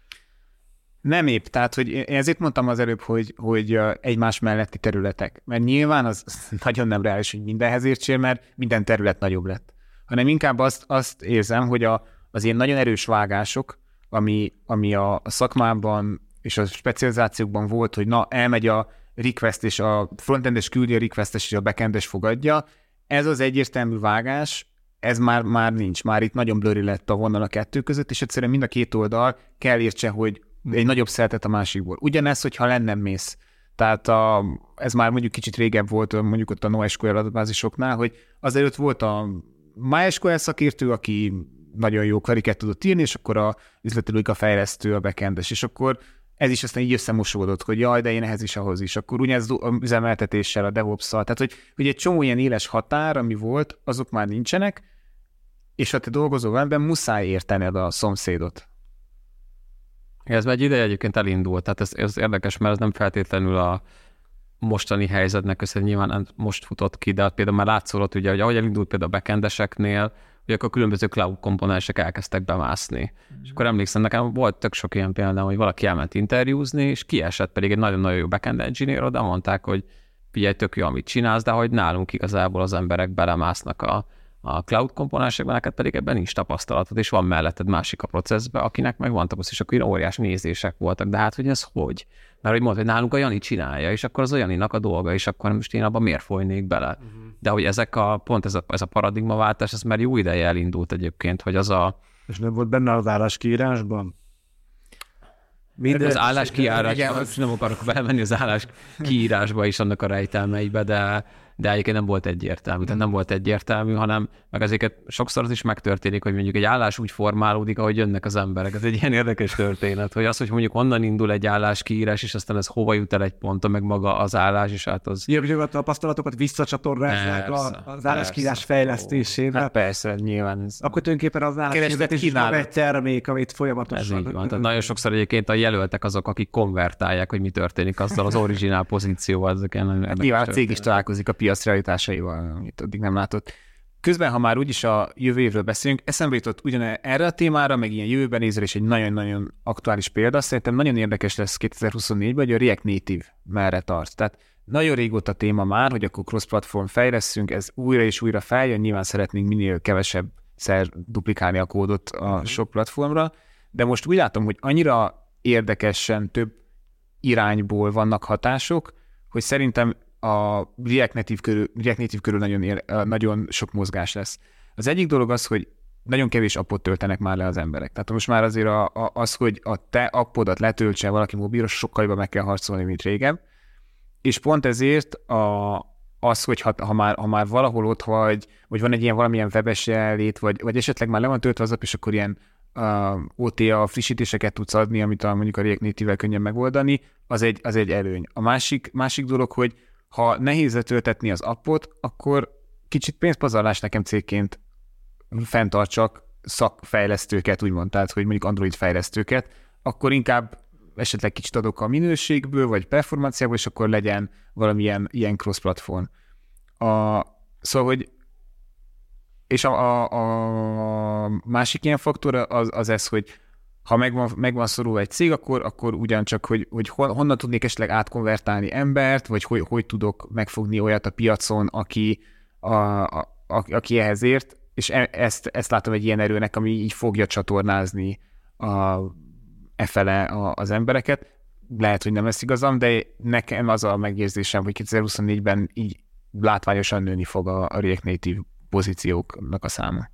Nem épp, tehát hogy én ezért mondtam az előbb, hogy, hogy egymás melletti területek, mert nyilván az nagyon nem reális, hogy mindenhez értsél, mert minden terület nagyobb lett. Hanem inkább azt, azt érzem, hogy a, az ilyen nagyon erős vágások, ami, ami a, a szakmában és a specializációkban volt, hogy na, elmegy a request, és a frontendes küldi a requestes, és a backendes fogadja, ez az egyértelmű vágás, ez már, már nincs. Már itt nagyon blurry lett a vonal a kettő között, és egyszerűen mind a két oldal kell értse, hogy egy nagyobb szeretet a másikból. Ugyanez, hogyha lenne mész. Tehát a, ez már mondjuk kicsit régebb volt, mondjuk ott a NoSQL adatbázisoknál, hogy azért volt a MySQL szakértő, aki nagyon jó queryket tudott írni, és akkor a üzleti logika fejlesztő, a backendes, és akkor ez is aztán így összemosódott, hogy jaj, de én ehhez is, ahhoz is. Akkor ugyanez az üzemeltetéssel, a DevOps-szal. Tehát, hogy, hogy egy csomó ilyen éles határ, ami volt, azok már nincsenek, és ha te dolgozol ebben, muszáj értened a szomszédot. Ez már egy ideje egyébként elindult, tehát ez, ez érdekes, mert ez nem feltétlenül a mostani helyzetnek köszönhető, nyilván most futott ki, de például már látszódott, ugye, hogy ahogy elindult például a backendeseknél, hogy akkor különböző cloud komponensek elkezdtek bemászni. Mm. És akkor emlékszem, nekem volt tök sok ilyen például, hogy valaki elment interjúzni, és kiesett pedig egy nagyon-nagyon jó backend engineer, de mondták, hogy figyelj, tök jó, amit csinálsz, de hogy nálunk igazából az emberek belemásznak a, a cloud komponensekben, neked pedig ebben nincs tapasztalatod, és van melletted másik a processbe, akinek meg van tapasztalat, és akkor ilyen óriás nézések voltak, de hát, hogy ez hogy? Mert hogy mondta, hogy nálunk a Jani csinálja, és akkor az a Janinak a dolga, és akkor most én abban miért folynék bele? Uh-huh. De hogy ezek a, pont ez a, ez a paradigmaváltás, ez már jó ideje elindult egyébként, hogy az a... És nem volt benne az álláskiírásban? Minden az álláskiírásban, nem akarok belemenni az álláskiírásba is, annak a rejtelmeibe, de, de egyébként nem volt egyértelmű. Tehát nem volt egyértelmű, hanem meg azért sokszor az is megtörténik, hogy mondjuk egy állás úgy formálódik, ahogy jönnek az emberek. Ez egy ilyen érdekes történet, hogy az, hogy mondjuk onnan indul egy álláskiírás, és aztán ez hova jut el egy ponton, meg maga az állás, és hát az... Ilyen a tapasztalatokat visszacsatornázzák az álláskiírás fejlesztésére. Hát persze, nyilván ez... Akkor tulajdonképpen az álláskiírás is egy termék, amit folyamatosan... Ez így van. Tehát nagyon sokszor egyébként a jelöltek azok, akik konvertálják, hogy mi történik azzal az originál pozícióval. Ezek nyilván a cég is találkozik a piac realitásaival, amit addig nem látott. Közben, ha már úgyis a jövő évről beszélünk, eszembe jutott ugyan erre a témára, meg ilyen jövőben nézve is egy nagyon-nagyon aktuális példa. Szerintem nagyon érdekes lesz kétezer-huszonnégyben, hogy a React Native merre tart. Tehát nagyon régóta téma már, hogy akkor cross-platform fejleszünk, ez újra és újra feljön, nyilván szeretnénk minél kevesebb szer duplikálni a kódot a sok platformra, de most úgy látom, hogy annyira érdekesen több irányból vannak hatások, hogy szerintem a React Native körül, React Native körül nagyon, ér, nagyon sok mozgás lesz. Az egyik dolog az, hogy nagyon kevés appot töltenek már le az emberek. Tehát most már azért a, a, az, hogy a te appodat letöltse valaki mobilra, sokkal jobban meg kell harcolni, mint régen. És pont ezért a, az, hogy ha, ha, már, ha már valahol ott vagy, vagy van egy ilyen valamilyen webes jelenlét, vagy, vagy esetleg már le van töltve az app, és akkor ilyen uh, o té á frissítéseket tudsz adni, amit a, mondjuk a React Native-vel könnyen megoldani, az egy, az egy előny. A másik, másik dolog, hogy ha nehéz letöltetni az appot, akkor kicsit pénzpazarlás nekem cégként fenntartsak szakfejlesztőket, úgymond, tehát, hogy mondjuk Android fejlesztőket, akkor inkább esetleg kicsit adok a minőségből, vagy performanciából, és akkor legyen valamilyen ilyen cross-platform. A, szóval, hogy és a, a, a másik ilyen faktor az, az ez, hogy ha megvan, megvan szorulva egy cég, akkor, akkor ugyancsak, hogy, hogy honnan tudnék esetleg átkonvertálni embert, vagy hogy, hogy tudok megfogni olyat a piacon, aki, a, a, a, aki ehhez ért, és ezt, ezt látom egy ilyen erőnek, ami így fogja csatornázni a, e fele a, az embereket. Lehet, hogy nem lesz igazam, de nekem az a megérzésem, hogy kétezer-huszonnégyben így látványosan nőni fog a, a React Native pozícióknak a száma.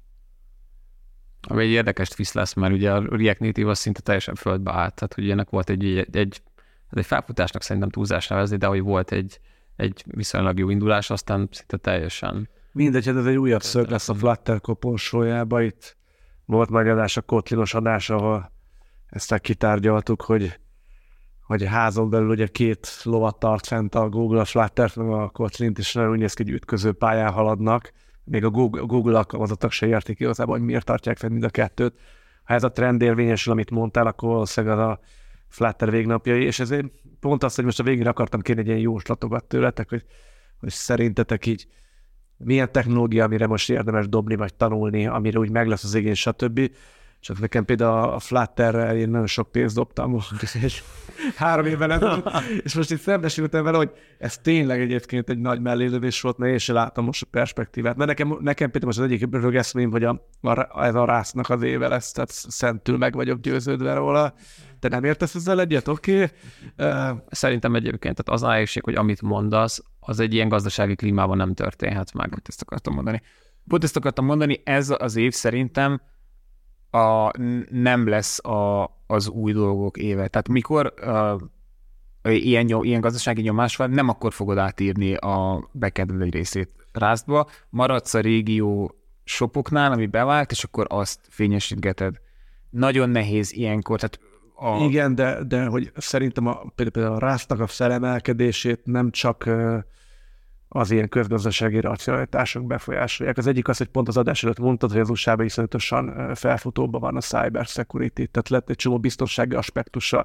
Ami egy érdekes twist lesz, mert ugye a React Native az szinte teljesen földbe állt. Tehát, hogy ennek volt egy, egy, egy, egy felfutásnak szerintem túlzás nevezni, de hogy volt egy, egy viszonylag jó indulás, aztán szinte teljesen... Mindegy, hát ez egy újabb szög lesz a Flutter koporsójába. Itt volt majd adás, a Kotlinos adás, ahol ezt kitárgyaltuk, hogy, hogy házon belül ugye két lovat tart fent a Google, a Fluttert, meg a Kotlint, és nagyon úgy néz ki, hogy ütköző pályán haladnak. Még a Google, Google alkalmazottak se értik igazából, hogy miért tartják fent mind a kettőt. Ha ez a trend érvényesül, amit mondtál, akkor valószínűleg az a Flutter végnapjai, és ezért pont azt, hogy most a végén akartam kérni egy ilyen jóslatokat tőletek, hogy, hogy szerintetek így milyen technológia, amire most érdemes dobni, vagy tanulni, amire úgy meg lesz az igény, stb. Csak nekem például a Flutterrel én nagyon sok pénzt dobtam, és három évvel ezelőtt, és most itt szembesültem vele, hogy ez tényleg egyébként egy nagy mellélövés volt, mert én sem látom most a perspektívát. Mert nekem, nekem például most az egyik rögeszmém, hogy a, a, ez a rásznak az éve lesz, tehát szentül meg vagyok győződve róla. Te nem értesz ezzel egyet? Oké. Okay. Uh, Szerintem egyébként tehát az a nehézség, hogy amit mondasz, az egy ilyen gazdasági klímában nem történhet meg. Pont ezt akartam mondani. Pont ezt akartam mondani, ez az év szerintem a, nem lesz a, az új dolgok éve. Tehát mikor uh, ilyen, nyom, ilyen gazdasági nyomás van, nem akkor fogod átírni a backend egy részét Rustba, maradsz a régió shopoknál, ami bevált, és akkor azt fényesítgeted. Nagyon nehéz ilyenkor, tehát a... Igen, de, de hogy szerintem a, például a Rustnak a felemelkedését nem csak uh, az ilyen közgazdasági racionalitások befolyásolják. Az egyik az, hogy pont az adás előtt mondtad, hogy az u es á-ban iszonyatosan felfutóban van a cyber security, tehát lett egy csomó biztonsági aspektusa.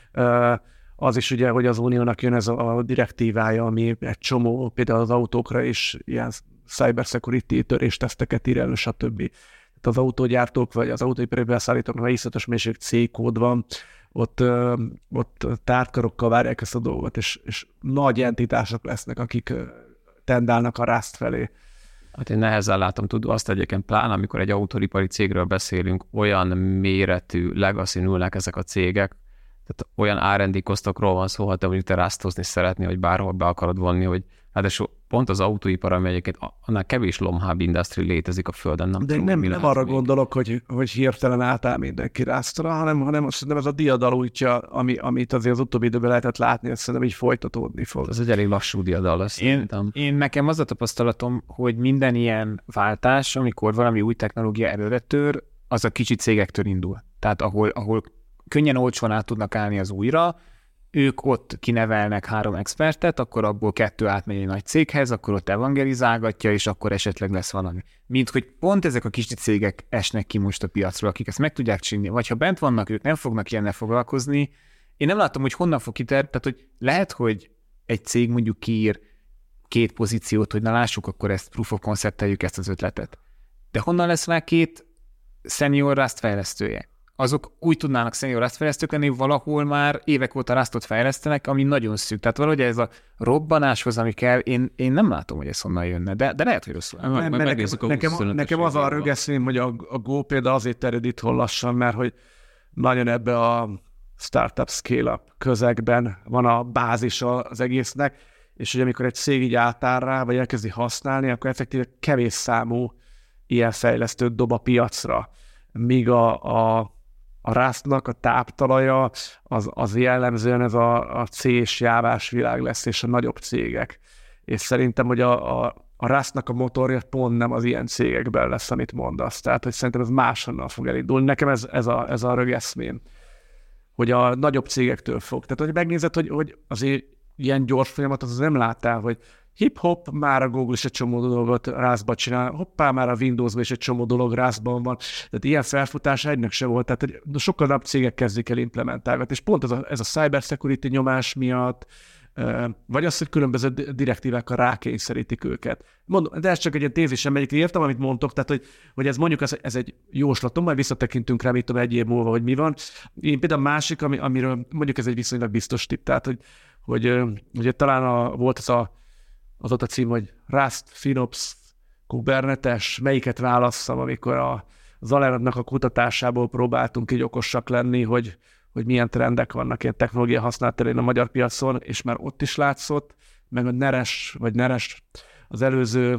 Az is ugye, hogy az Uniónak jön ez a direktívája, ami egy csomó, például az autókra is ilyen cyber security törésteszteket ír elő, stb. Tehát az autógyártók, vagy az autóipari beszállítóknak iszonyatos mennyiségű C-kód van, ott, ott tártkarokkal várják ezt a dolgot, és, és nagy entitások lesznek, akik tendálnak a Rust felé. Hát én nehezen látom, tudod, azt egyébként pláne, amikor egy autóipari cégről beszélünk, olyan méretű legacy ülnek ezek a cégek, tehát olyan er and dé kosztokról van szó, ha te mondjuk te Rustozni szeretnél, hogy bárhol be akarod vonni, hogy hát és pont az autóipar, ami egyébként annál kevés lomhább industry létezik a Földön. Nem De tudom, nem, mi nem arra még. gondolok, hogy, hogy hirtelen átáll mindenki Rustra, hanem, hanem szerintem ez a diadal útja, ami, amit azért az utóbbi időben lehetett látni, ezt szerintem így folytatódni fog. Ez egy elég lassú diadal lesz. Én, én nekem az a tapasztalatom, hogy minden ilyen váltás, amikor valami új technológia előre tör, az a kicsi cégektől indul. Tehát ahol, ahol könnyen olcsón át tudnak állni az újra, ők ott kinevelnek három expertet, akkor abból kettő átmegy egy nagy céghez, akkor ott evangelizálgatja, és akkor esetleg lesz valami. Mint hogy pont ezek a kicsi cégek esnek ki most a piacról, akik ezt meg tudják csinálni, vagy ha bent vannak, ők nem fognak ilyennel foglalkozni. Én nem látom, hogy honnan fog kiter, tehát hogy lehet, hogy egy cég mondjuk kiír két pozíciót, hogy na lássuk, akkor ezt proof of concept-eljük ezt az ötletet. De honnan lesz rá két senior Rust fejlesztője? Azok úgy tudnának senior Rust fejlesztők lenni, valahol már évek óta Rustot fejlesztenek, ami nagyon szűk. Tehát valahogy ez a robbanáshoz, ami kell, én, én nem látom, hogy ez honnan jönne, de, de lehet, hogy rosszul. Nem, nem, nekem, nekem, nekem az a rögeszmény, hogy a, a Go például azért terjed itthon lassan, mert hogy nagyon ebbe a startup scale-up közegben van a bázis az egésznek, és hogy amikor egy cég így átáll rá, vagy elkezdi használni, akkor effektíve kevés számú ilyen fejlesztőt dob a piacra. Míg a, a, a rásznak a táptalaja az, az jellemzően ez a, a C és jávás világ lesz, és a nagyobb cégek. És szerintem, hogy a, a, a rásznak a motorja pont nem az ilyen cégekben lesz, amit mondasz. Tehát, hogy szerintem ez máshonnan fog elindulni. Nekem ez, ez, a, ez a rögeszmém, hogy a nagyobb cégektől fog. Tehát, hogy megnézed, hogy, hogy azért ilyen gyors folyamat, az nem láttál, hogy hip-hop, már a Google is egy csomó dolgot rászba csinál, hoppá, már a Windowsban is egy csomó dolog rászban van. Tehát ilyen felfutás egynek se volt, tehát hogy sokkal nagyobb cégek kezdik el implementálni. És pont ez a, ez a cybersecurity nyomás miatt, vagy az, hogy különböző direktívákkal rákényszerítik őket. Mondom, de ez csak egy ilyen tézisem, melyik értem, amit mondtok, tehát hogy, hogy ez mondjuk ez, ez egy jóslatom, majd visszatekintünk rá, mit tudom, egy év múlva, hogy mi van. Én például másik, ami, amiről mondjuk ez egy viszonylag biztos tipp, tehát hogy, hogy ugye talán a, volt az a az ott a cím, hogy Rust, FinOps, Kubernetes, melyiket válasszam, amikor a Zalernnak a kutatásából próbáltunk így okosak lenni, hogy, hogy milyen trendek vannak ilyen technológia használat terén a magyar piacon, és már ott is látszott, meg a Neres, vagy Neres az előző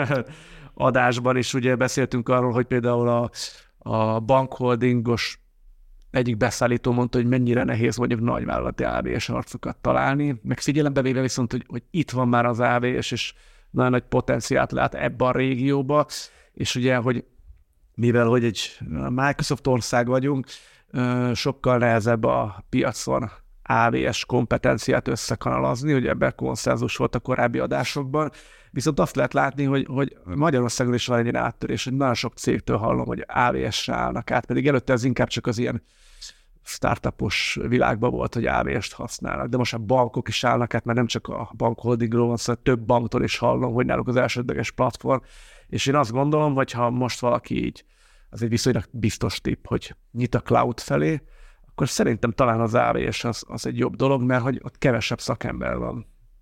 adásban is ugye beszéltünk arról, hogy például a, a bankholdingos egyik beszállító mondta, hogy mennyire nehéz mondjuk nagyvállalati á vé es arcokat találni, meg figyelembe véve viszont, hogy, hogy itt van már az á vé es, és nagyon nagy potenciált lát ebbe a régióba, és ugye, hogy mivel, hogy egy Microsoft ország vagyunk, sokkal nehezebb a piacon á vé es kompetenciát összekanalazni, hogy ebben konszenzus volt a korábbi adásokban, viszont azt lehet látni, hogy, hogy Magyarországon is van egy ilyen áttörés, hogy nagyon sok cégtől hallom, hogy á vé es-re állnak át, pedig előtte ez inkább csak az ilyen startupos világban volt, hogy á vé est használnak, de most a bankok is állnak át, mert nem csak a bankholdingról van, szóval több banktól is hallom, hogy náluk az elsődleges platform, és én azt gondolom, hogy ha most valaki így, az egy viszonylag biztos tipp, hogy nyit a cloud felé, akkor szerintem talán az á vé es az, az egy jobb dolog, mert hogy ott kevesebb szakember van.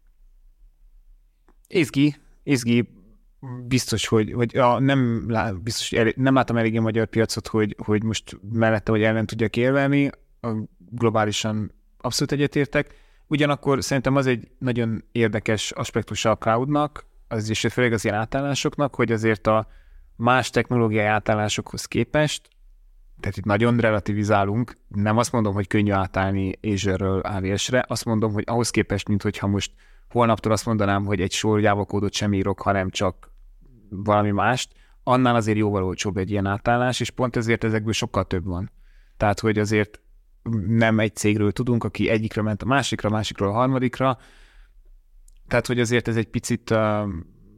Izgi, izgi, biztos, hogy, hogy a, nem, lá, biztos, hogy el, nem láttam eléggé magyar piacot, hogy, hogy most mellette, hogy ellen tudjak érvelni, a globálisan abszolút egyetértek. Ugyanakkor szerintem az egy nagyon érdekes aspektusa a cloudnak, az is főleg az ilyen átállásoknak, hogy azért a más technológiai átállásokhoz képest, tehát itt nagyon relativizálunk, nem azt mondom, hogy könnyű átállni Azure-ről á vé es-re, azt mondom, hogy ahhoz képest, mint hogyha most holnaptól azt mondanám, hogy egy sor Java kódot sem írok, hanem csak valami mást, annál azért jóval olcsóbb egy ilyen átállás, és pont ezért ezekből sokkal több van. Tehát, hogy azért nem egy cégről tudunk, aki egyikre ment a másikra, másikról a harmadikra, tehát, hogy azért ez egy picit uh,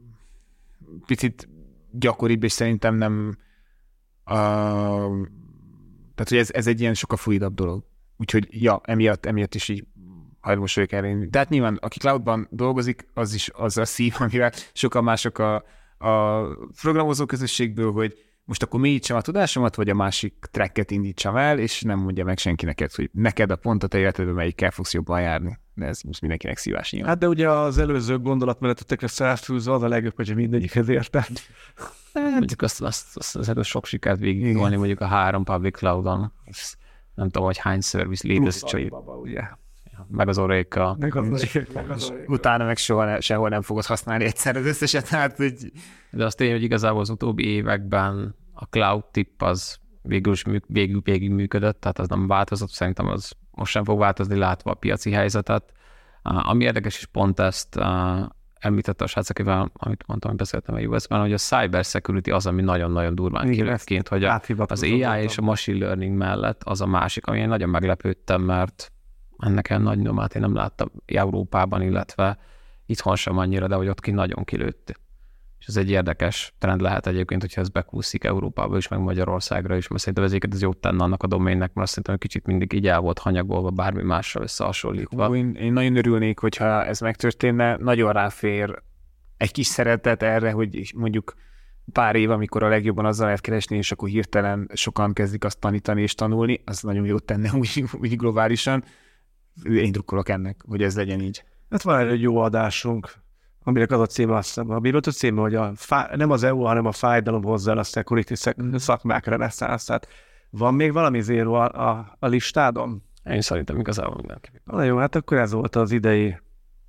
picit gyakoribb, és szerintem nem uh, tehát, hogy ez, ez egy ilyen sokkal fluidabb dolog. Úgyhogy, ja, emiatt, emiatt is így hajlamos vagyok erre. De hát nyilván, aki cloudban dolgozik, az is az a szív, amivel sokan mások a, a programozó közösségből, hogy most akkor mélyítsam a tudásomat, vagy a másik tracket indítsam el, és nem mondja meg senki neked, hogy neked a pont a te életedben melyikkel fogsz jobban járni. De ez most mindenkinek szívás nyilván. Hát de ugye az előző gondolatmenetetekre felfűzve az a legjobb, hogy mindegyikhez érted. Mondjuk azt, azt, azt, azt, azt sok sikert végigolni mondjuk a három public cloudon. Nem tudom, hogy hány service létezik. Ugye. Meg az Oracle. Meg az Oracle. Utána meg soha ne, sehol nem fogod használni egyszer az összeset. Hát, hogy... De azt tény, hogy igazából az utóbbi években a cloud tip az végül is műk, végül, végig működött, tehát az nem változott, szerintem az most sem fog változni, látva a piaci helyzetet. Ami érdekes is pont ezt említette a srác, akivel, amit mondtam, hogy beszéltem a u es-ben, hogy a cyber security az, ami nagyon-nagyon durván kilőtt kint, hogy a, az á i és a machine learning mellett az a másik, ami én nagyon meglepődtem, mert ennek el nagy nyomát én nem láttam Európában, illetve itthon sem annyira, de hogy ott ki nagyon kilőtt. És ez egy érdekes trend lehet egyébként, hogyha ez bekúszik Európába is, meg Magyarországra is, mert szerintem ezeket ez jót tenne annak a doménnek, mert azt szerintem, hogy kicsit mindig így el volt hanyagolva, bármi mással összehasonlítva. Hú, én, én nagyon örülnék, hogyha ez megtörténne, nagyon ráfér egy kis szeretet erre, hogy mondjuk pár év, amikor a legjobban azzal lehet keresni, és akkor hirtelen sokan kezdik azt tanítani és tanulni, az nagyon jót tenne úgy, úgy globálisan. Én drukkolok ennek, hogy ez legyen így. Hát van egy jó adásunk, aminek az a címe, azt hiszem, a volt a címe, hogy a fá... nem az é u, hanem a fájdalom hozzá a security szakmák reneszánsz. Tehát van még valami zéró a, a, a listádon? Én szerintem igazából mindenki. Na jó, hát akkor ez volt az idei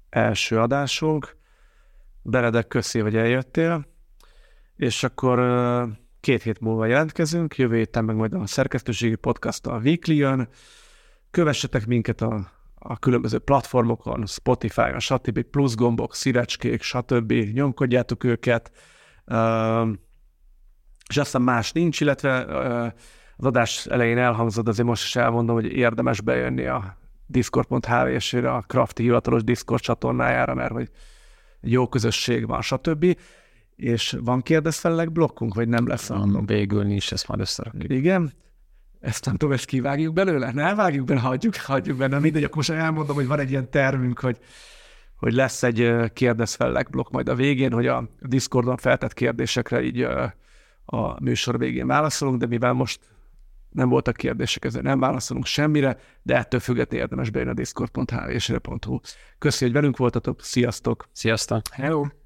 első adásunk. Benedek, köszi, hogy eljöttél. És akkor két hét múlva jelentkezünk, jövő héten meg majd a szerkesztőségi podcast a Weekly jön. Kövessetek minket a, a különböző platformokon, Spotify-on, stb. Plusz gombok, szírecskék, stb. Nyomkodjátok őket. Uh, és aztán más nincs, illetve uh, az adás elején elhangzott, azért most is elmondom, hogy érdemes bejönni a discord pont h v s-re, a Crafty hivatalos Discord csatornájára, mert hogy jó közösség van, stb. És van kérdezfelelek blokkunk, vagy nem lesz? Um, végül nincs, ezt majd összerakjuk. Igen. Ezt nem tudom, ezt kivágjuk belőle? Ne, vágjuk bele, hagyjuk, hagyjuk benne. Mindegy, akkor most elmondom, hogy van egy ilyen tervünk, hogy, hogy lesz egy kérdezfelelek blokk majd a végén, hogy a Discordon feltett kérdésekre így a műsor végén válaszolunk, de mivel most nem voltak kérdések, ezért nem válaszolunk semmire, de ettől függetlenül érdemes bejönni a discord pont h v s r pont h u. Köszi, hogy velünk voltatok, sziasztok! Sziasztok! Hello!